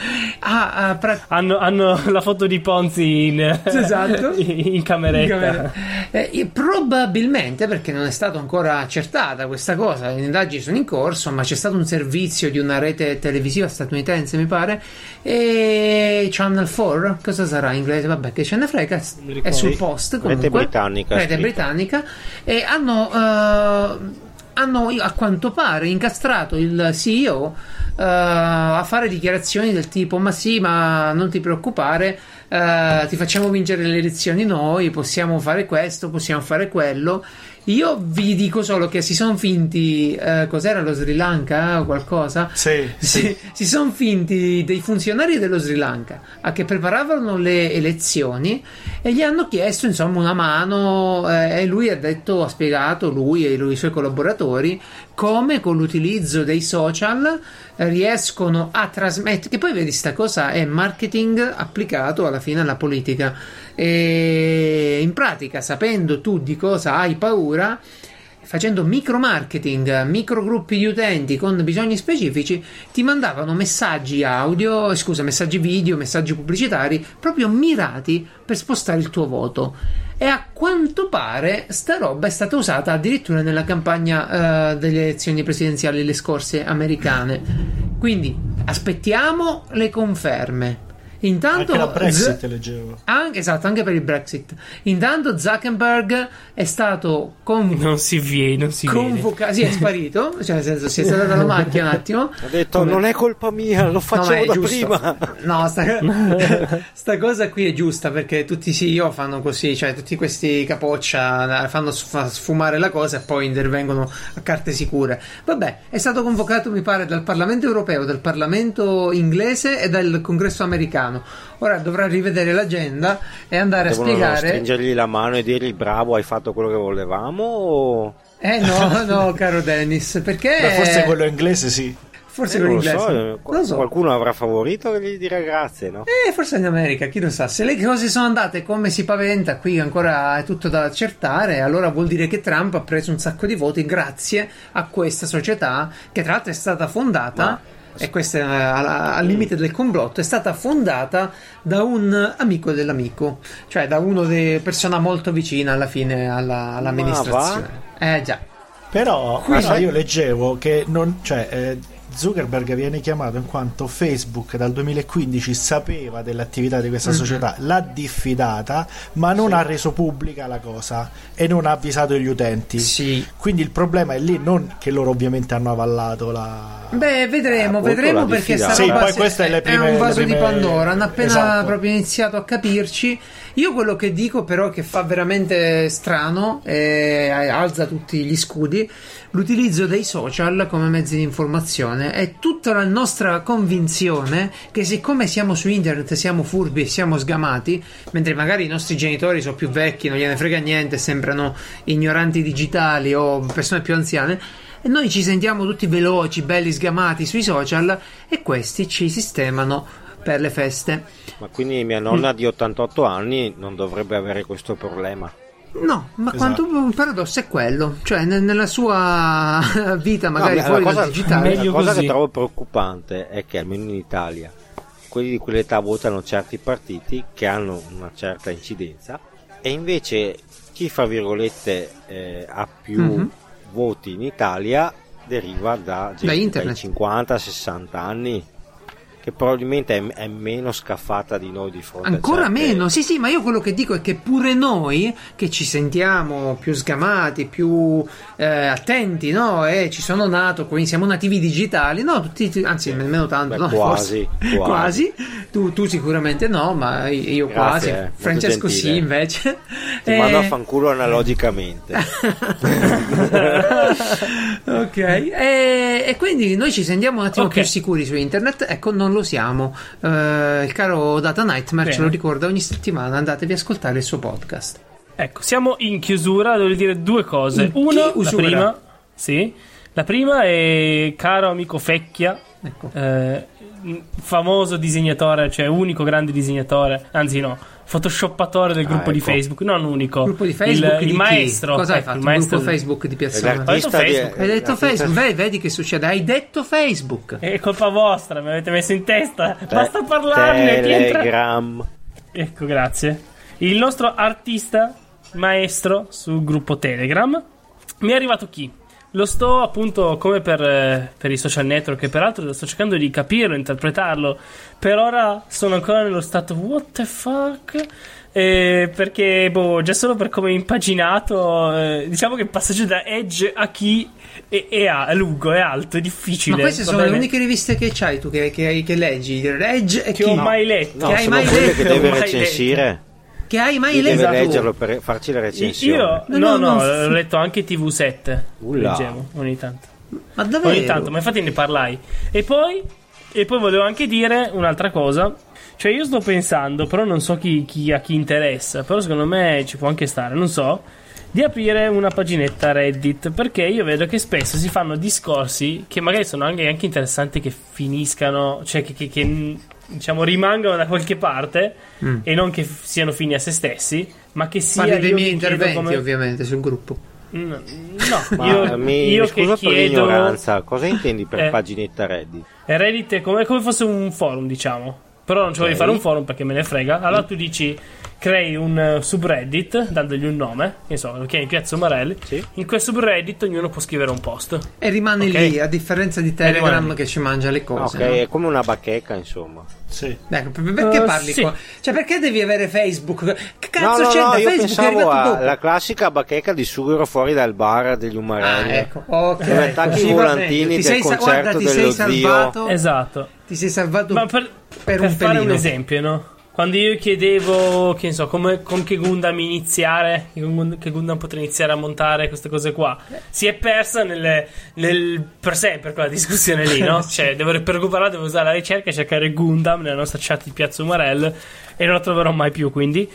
hanno la foto di Ponzi in cameretta. Probabilmente, perché non è stato ancora accertata questa cosa, le indagini sono in corso, ma c'è stato un servizio di una rete televisiva statunitense, mi pare, e Channel 4, cosa sarà in inglese? Vabbè, che ce ne frega, è sul post comunque, rete britannica, e hanno a quanto pare incastrato il CEO a fare dichiarazioni del tipo: ma sì, ma non ti preoccupare, ti facciamo vincere le elezioni noi, possiamo fare questo, possiamo fare quello. Io vi dico solo che si sono finti, cos'era, lo Sri Lanka o qualcosa? Sì. Si sono finti dei funzionari dello Sri Lanka a che preparavano le elezioni e gli hanno chiesto insomma una mano, e lui ha spiegato, lui e i suoi collaboratori, come con l'utilizzo dei social riescono a trasmettere, che poi vedi, sta cosa è marketing applicato alla fine alla politica, e in pratica, sapendo tu di cosa hai paura, facendo micro marketing, micro gruppi di utenti con bisogni specifici, ti mandavano messaggi video, messaggi pubblicitari proprio mirati per spostare il tuo voto. E a quanto pare sta roba è stata usata addirittura nella campagna delle elezioni presidenziali, le scorse americane. Quindi aspettiamo le conferme. Intanto anche la Brexit leggevo. Esatto, anche per il Brexit. Intanto Zuckerberg è stato non si viene. Sì, è sparito, cioè nel senso, si è stata dalla macchina un attimo. Ha detto non è colpa mia, lo facciamo da prima. No, sta cosa qui è giusta, perché tutti i CEO fanno così, cioè tutti questi capoccia fanno sfumare la cosa e poi intervengono a carte sicure. Vabbè, è stato convocato, mi pare, dal Parlamento europeo, dal Parlamento inglese e dal Congresso americano. Ora dovrà rivedere l'agenda e andare a spiegare, stringergli la mano e dirgli: bravo, hai fatto quello che volevamo, o... no, caro Dennis, perché forse quello inglese sì. Forse quello inglese. Lo so. Qualcuno avrà favorito che gli dirà grazie, no? Forse in America, chi lo sa. Se le cose sono andate come si paventa, qui ancora è tutto da accertare, allora vuol dire che Trump ha preso un sacco di voti grazie a questa società, che tra l'altro è stata fondata, e questo è al limite del complotto, è stata fondata da un amico dell'amico, cioè da una persona molto vicina alla fine all'amministrazione. Già. Però io leggevo che Zuckerberg viene chiamato in quanto Facebook dal 2015 sapeva dell'attività di questa società, l'ha diffidata, ma non ha reso pubblica la cosa e non ha avvisato gli utenti. Sì. Quindi il problema è lì, non che loro ovviamente hanno avallato la... vedremo perché sta roba poi queste è un vaso di Pandora. Hanno appena proprio iniziato iniziato a capirci. Io quello che dico però, che fa veramente strano e alza tutti gli scudi, l'utilizzo dei social come mezzi di informazione. È tutta la nostra convinzione che siccome siamo su internet siamo furbi e siamo sgamati, mentre magari i nostri genitori sono più vecchi, non gliene frega niente, sembrano ignoranti digitali o persone più anziane, e noi ci sentiamo tutti veloci, belli, sgamati sui social, e questi ci sistemano per le feste. Ma quindi mia nonna di 88 anni non dovrebbe avere questo problema? No, ma quanto il paradosso è quello, cioè nella sua vita magari fuori dal digitale. La cosa che trovo preoccupante è che almeno in Italia quelli di quell'età votano certi partiti che hanno una certa incidenza, e invece chi, fra virgolette, ha più voti in Italia deriva da gente dai 50-60 anni. che probabilmente è meno scaffata di noi di fronte ancora a certe... meno, sì, ma io quello che dico è che pure noi che ci sentiamo più sgamati, più attenti, no? Ci sono nato, quindi siamo nativi digitali, no? Tutti, anzi nemmeno tanto, no? Quasi. Tu sicuramente no, ma io Grazie, quasi. Francesco gentile. sì, invece. Ti mando a fanculo analogicamente. Ok, e quindi noi ci sentiamo un attimo Ok. più sicuri su internet. Ecco, non lo siamo. Il caro Data Nightmare ce Bene. lo ricorda ogni settimana. Andatevi a ascoltare il suo podcast. Ecco, siamo in chiusura, devo dire due cose. Uno, la prima è caro amico Fecchia, Ecco. famoso disegnatore, cioè unico grande disegnatore, anzi no, photoshoppatore del gruppo di ecco. Facebook, non unico. Gruppo di Facebook il di chi? maestro. Cosa hai ecco, fatto? il Un maestro gruppo Facebook di Piazza L'artista Umana? Ho detto Facebook. Hai detto l'artista- Facebook, vedi che succede? Hai detto Facebook. È colpa vostra, mi avete messo in testa. Basta parlarne. chi entra- Telegram. Ecco, grazie. Il nostro artista maestro sul gruppo Telegram. Mi è arrivato chi? Lo sto appunto come per i social network e peraltro sto cercando di capirlo, interpretarlo. Per ora sono ancora nello stato what the fuck? Perché già solo per come è impaginato, diciamo che il passaggio da Edge a Key è lungo, è alto, è difficile. Ma queste va sono le bene? uniche riviste che c'hai tu, che leggi. Edge e Che chi? ho mai letto. No, Che hai sono mai quelle letto? che deve Mai recensire. Che hai mai Lui deve letto? leggerlo per farci la recensione. Io No, no, no, ho letto anche TV7. Ulla. Leggevo ogni tanto. Ma davvero? Ogni tanto, ma infatti ne parlai. E poi volevo anche dire un'altra cosa. Cioè io sto pensando, però non so a chi interessa, però secondo me ci può anche stare, non so, di aprire una paginetta Reddit, perché io vedo che spesso si fanno discorsi che magari sono anche interessanti, che finiscano, cioè che diciamo rimangano da qualche parte e non che siano fini a se stessi, ma che sia Parli dei io miei che chiedo interventi come... ovviamente sul gruppo. No, Ma io che scusa per chiedo... l'ignoranza, cosa intendi per paginetta Reddit? Reddit è come fosse un forum, diciamo. Però non ci voglio fare un forum perché me ne frega. Allora tu dici, crei un subreddit dandogli un nome, che so, lo chiami Piazza Umarelli. Sì. In quel subreddit ognuno può scrivere un post. E rimane Ok. lì, a differenza di rimane Telegram lì. che ci mangia le cose. Ok, no? è come una bacheca, insomma. Sì. Ecco, perché parli sì. qua? Cioè, perché devi avere Facebook? Che cazzo No, c'è da io Facebook? È pensavo arrivato dopo. alla classica bacheca di sughero fuori dal bar degli Umarelli. Ecco, ok. Dove attacchi Sì, i va volantini bene. del concerto guarda, ti sei dello salvato. Esatto. Ti sei salvato Ma per un fare un pelino. esempio, no? Quando io chiedevo, che ne so, con che Gundam iniziare, che Gundam potrei iniziare a montare queste cose qua, si è persa per sempre quella discussione lì, no? Cioè, per recuperare devo usare la ricerca e cercare Gundam nella nostra chat di Piazza Umarell e non lo troverò mai più, quindi.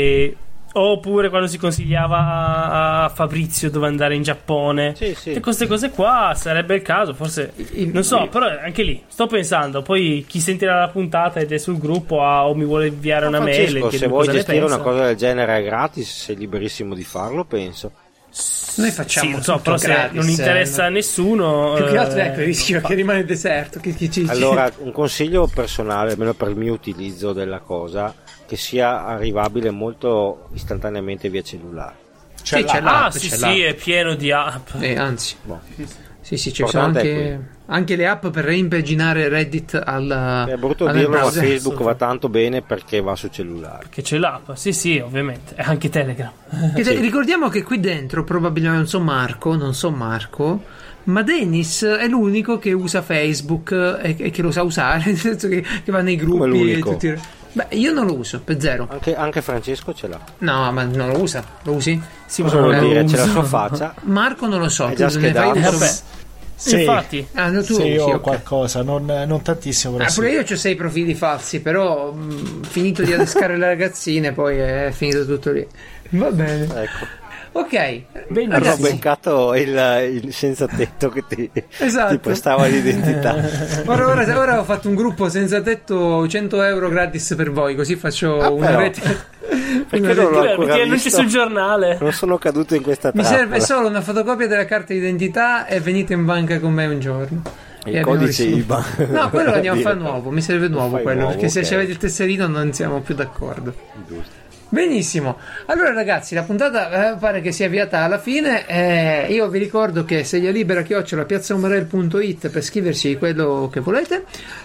Oppure quando si consigliava a Fabrizio dove andare in Giappone, Sì, sì. e queste cose qua sarebbe il caso, forse non so, però anche lì sto pensando. Poi chi sentirà la puntata ed è sul gruppo o mi vuole inviare una mail, Francesco, se chiedere vuoi cosa ne gestire pensa. una cosa del genere gratis, sei liberissimo di farlo, penso. Noi facciamo Sì, lo so, tutto però se gratis, non interessa a nessuno, più che altro ecco il non rischio fa. che rimane deserto. Che ci Allora, un consiglio personale, almeno per il mio utilizzo della cosa, che sia arrivabile molto istantaneamente via cellulare. C'è C'è l'app, Ah, sì, c'è sì, l'app. è pieno di app. Anzi, Boh. sì, ci sono L'importante è anche le app per reimpaginare Reddit È brutto al dirlo, ma browser. Facebook va tanto bene perché va su cellulare. Che c'è l'app, sì, ovviamente. E anche Telegram. Ricordiamo che qui dentro probabilmente non so Marco, ma Dennis è l'unico che usa Facebook e che lo sa usare, nel senso che va nei gruppi e l'unico? tutti. Beh, io non lo uso, per zero. Anche Francesco ce l'ha. No, ma non lo usa. Lo usi? Sì, Cosa vuol lo dire? C'è uso. la sua faccia. Marco non lo so. È già tu ne fai schedato. uso? Vabbè. Sì. Infatti, Ah, tu Sì, io usi, ho ok. qualcosa, non tantissimo, però Pure sì. io ho 6 profili falsi, però finito di adescare le ragazzine, poi è finito tutto lì. Va bene. Ecco. Ok, Bene, Ho ragazzi, beccato il senza tetto che ti Esatto. prestava l'identità. ora ho fatto un gruppo senza tetto, 100 euro gratis per voi, così faccio una però. rete. Perché non l'ho perché ancora annunci visto? sul giornale. Non sono caduto in questa Mi trappola. serve solo una fotocopia della carta d'identità e venite in banca con me un giorno. E Il abbiamo codice risolto. IBAN. No, quello lo andiamo a fare Dire. nuovo. Mi serve nuovo fai quello. nuovo, Perché se ok. ci avete il tesserino non siamo più d'accordo. Giusto. Benissimo. Allora, ragazzi, la puntata pare che sia avviata alla fine. Io vi ricordo che seglialibera@piazzaumarell.it per scriverci quello che volete.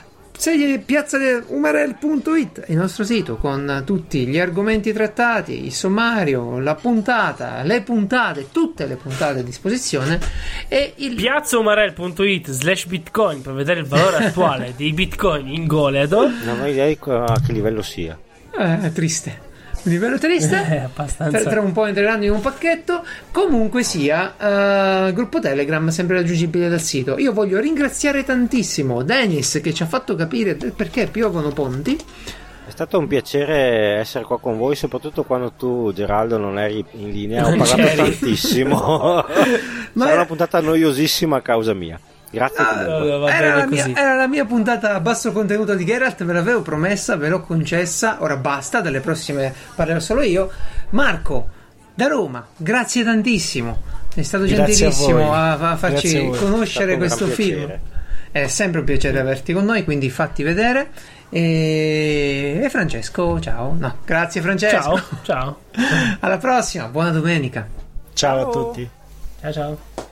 piazzaUmarel.it, il nostro sito con tutti gli argomenti trattati, il sommario, la puntata, le puntate, tutte le puntate a disposizione, e il piazzaumarel.it/bitcoin per vedere il valore attuale dei bitcoin in Goleador. Non ho idea di a che livello sia. Triste. Un livello triste, abbastanza. Tra un po' entreranno in un pacchetto. Comunque sia, gruppo Telegram sempre raggiungibile dal sito. Io voglio ringraziare tantissimo Dennis che ci ha fatto capire perché piovono ponti. È stato un piacere essere qua con voi, soprattutto quando tu, Geraldo, non eri in linea. Ho parlato tantissimo. Ma sarà una puntata noiosissima a causa mia. Grazie comunque. Era la mia puntata a basso contenuto di Geralt, ve l'avevo promessa, ve l'ho concessa, ora basta, dalle prossime parlerò solo io. Marco, da Roma, grazie tantissimo, è stato gentilissimo a farci conoscere questo film. È sempre un piacere averti con noi, quindi fatti vedere. E Francesco, ciao. No, grazie Francesco. Ciao. Alla prossima, buona domenica. Ciao a tutti. Ciao.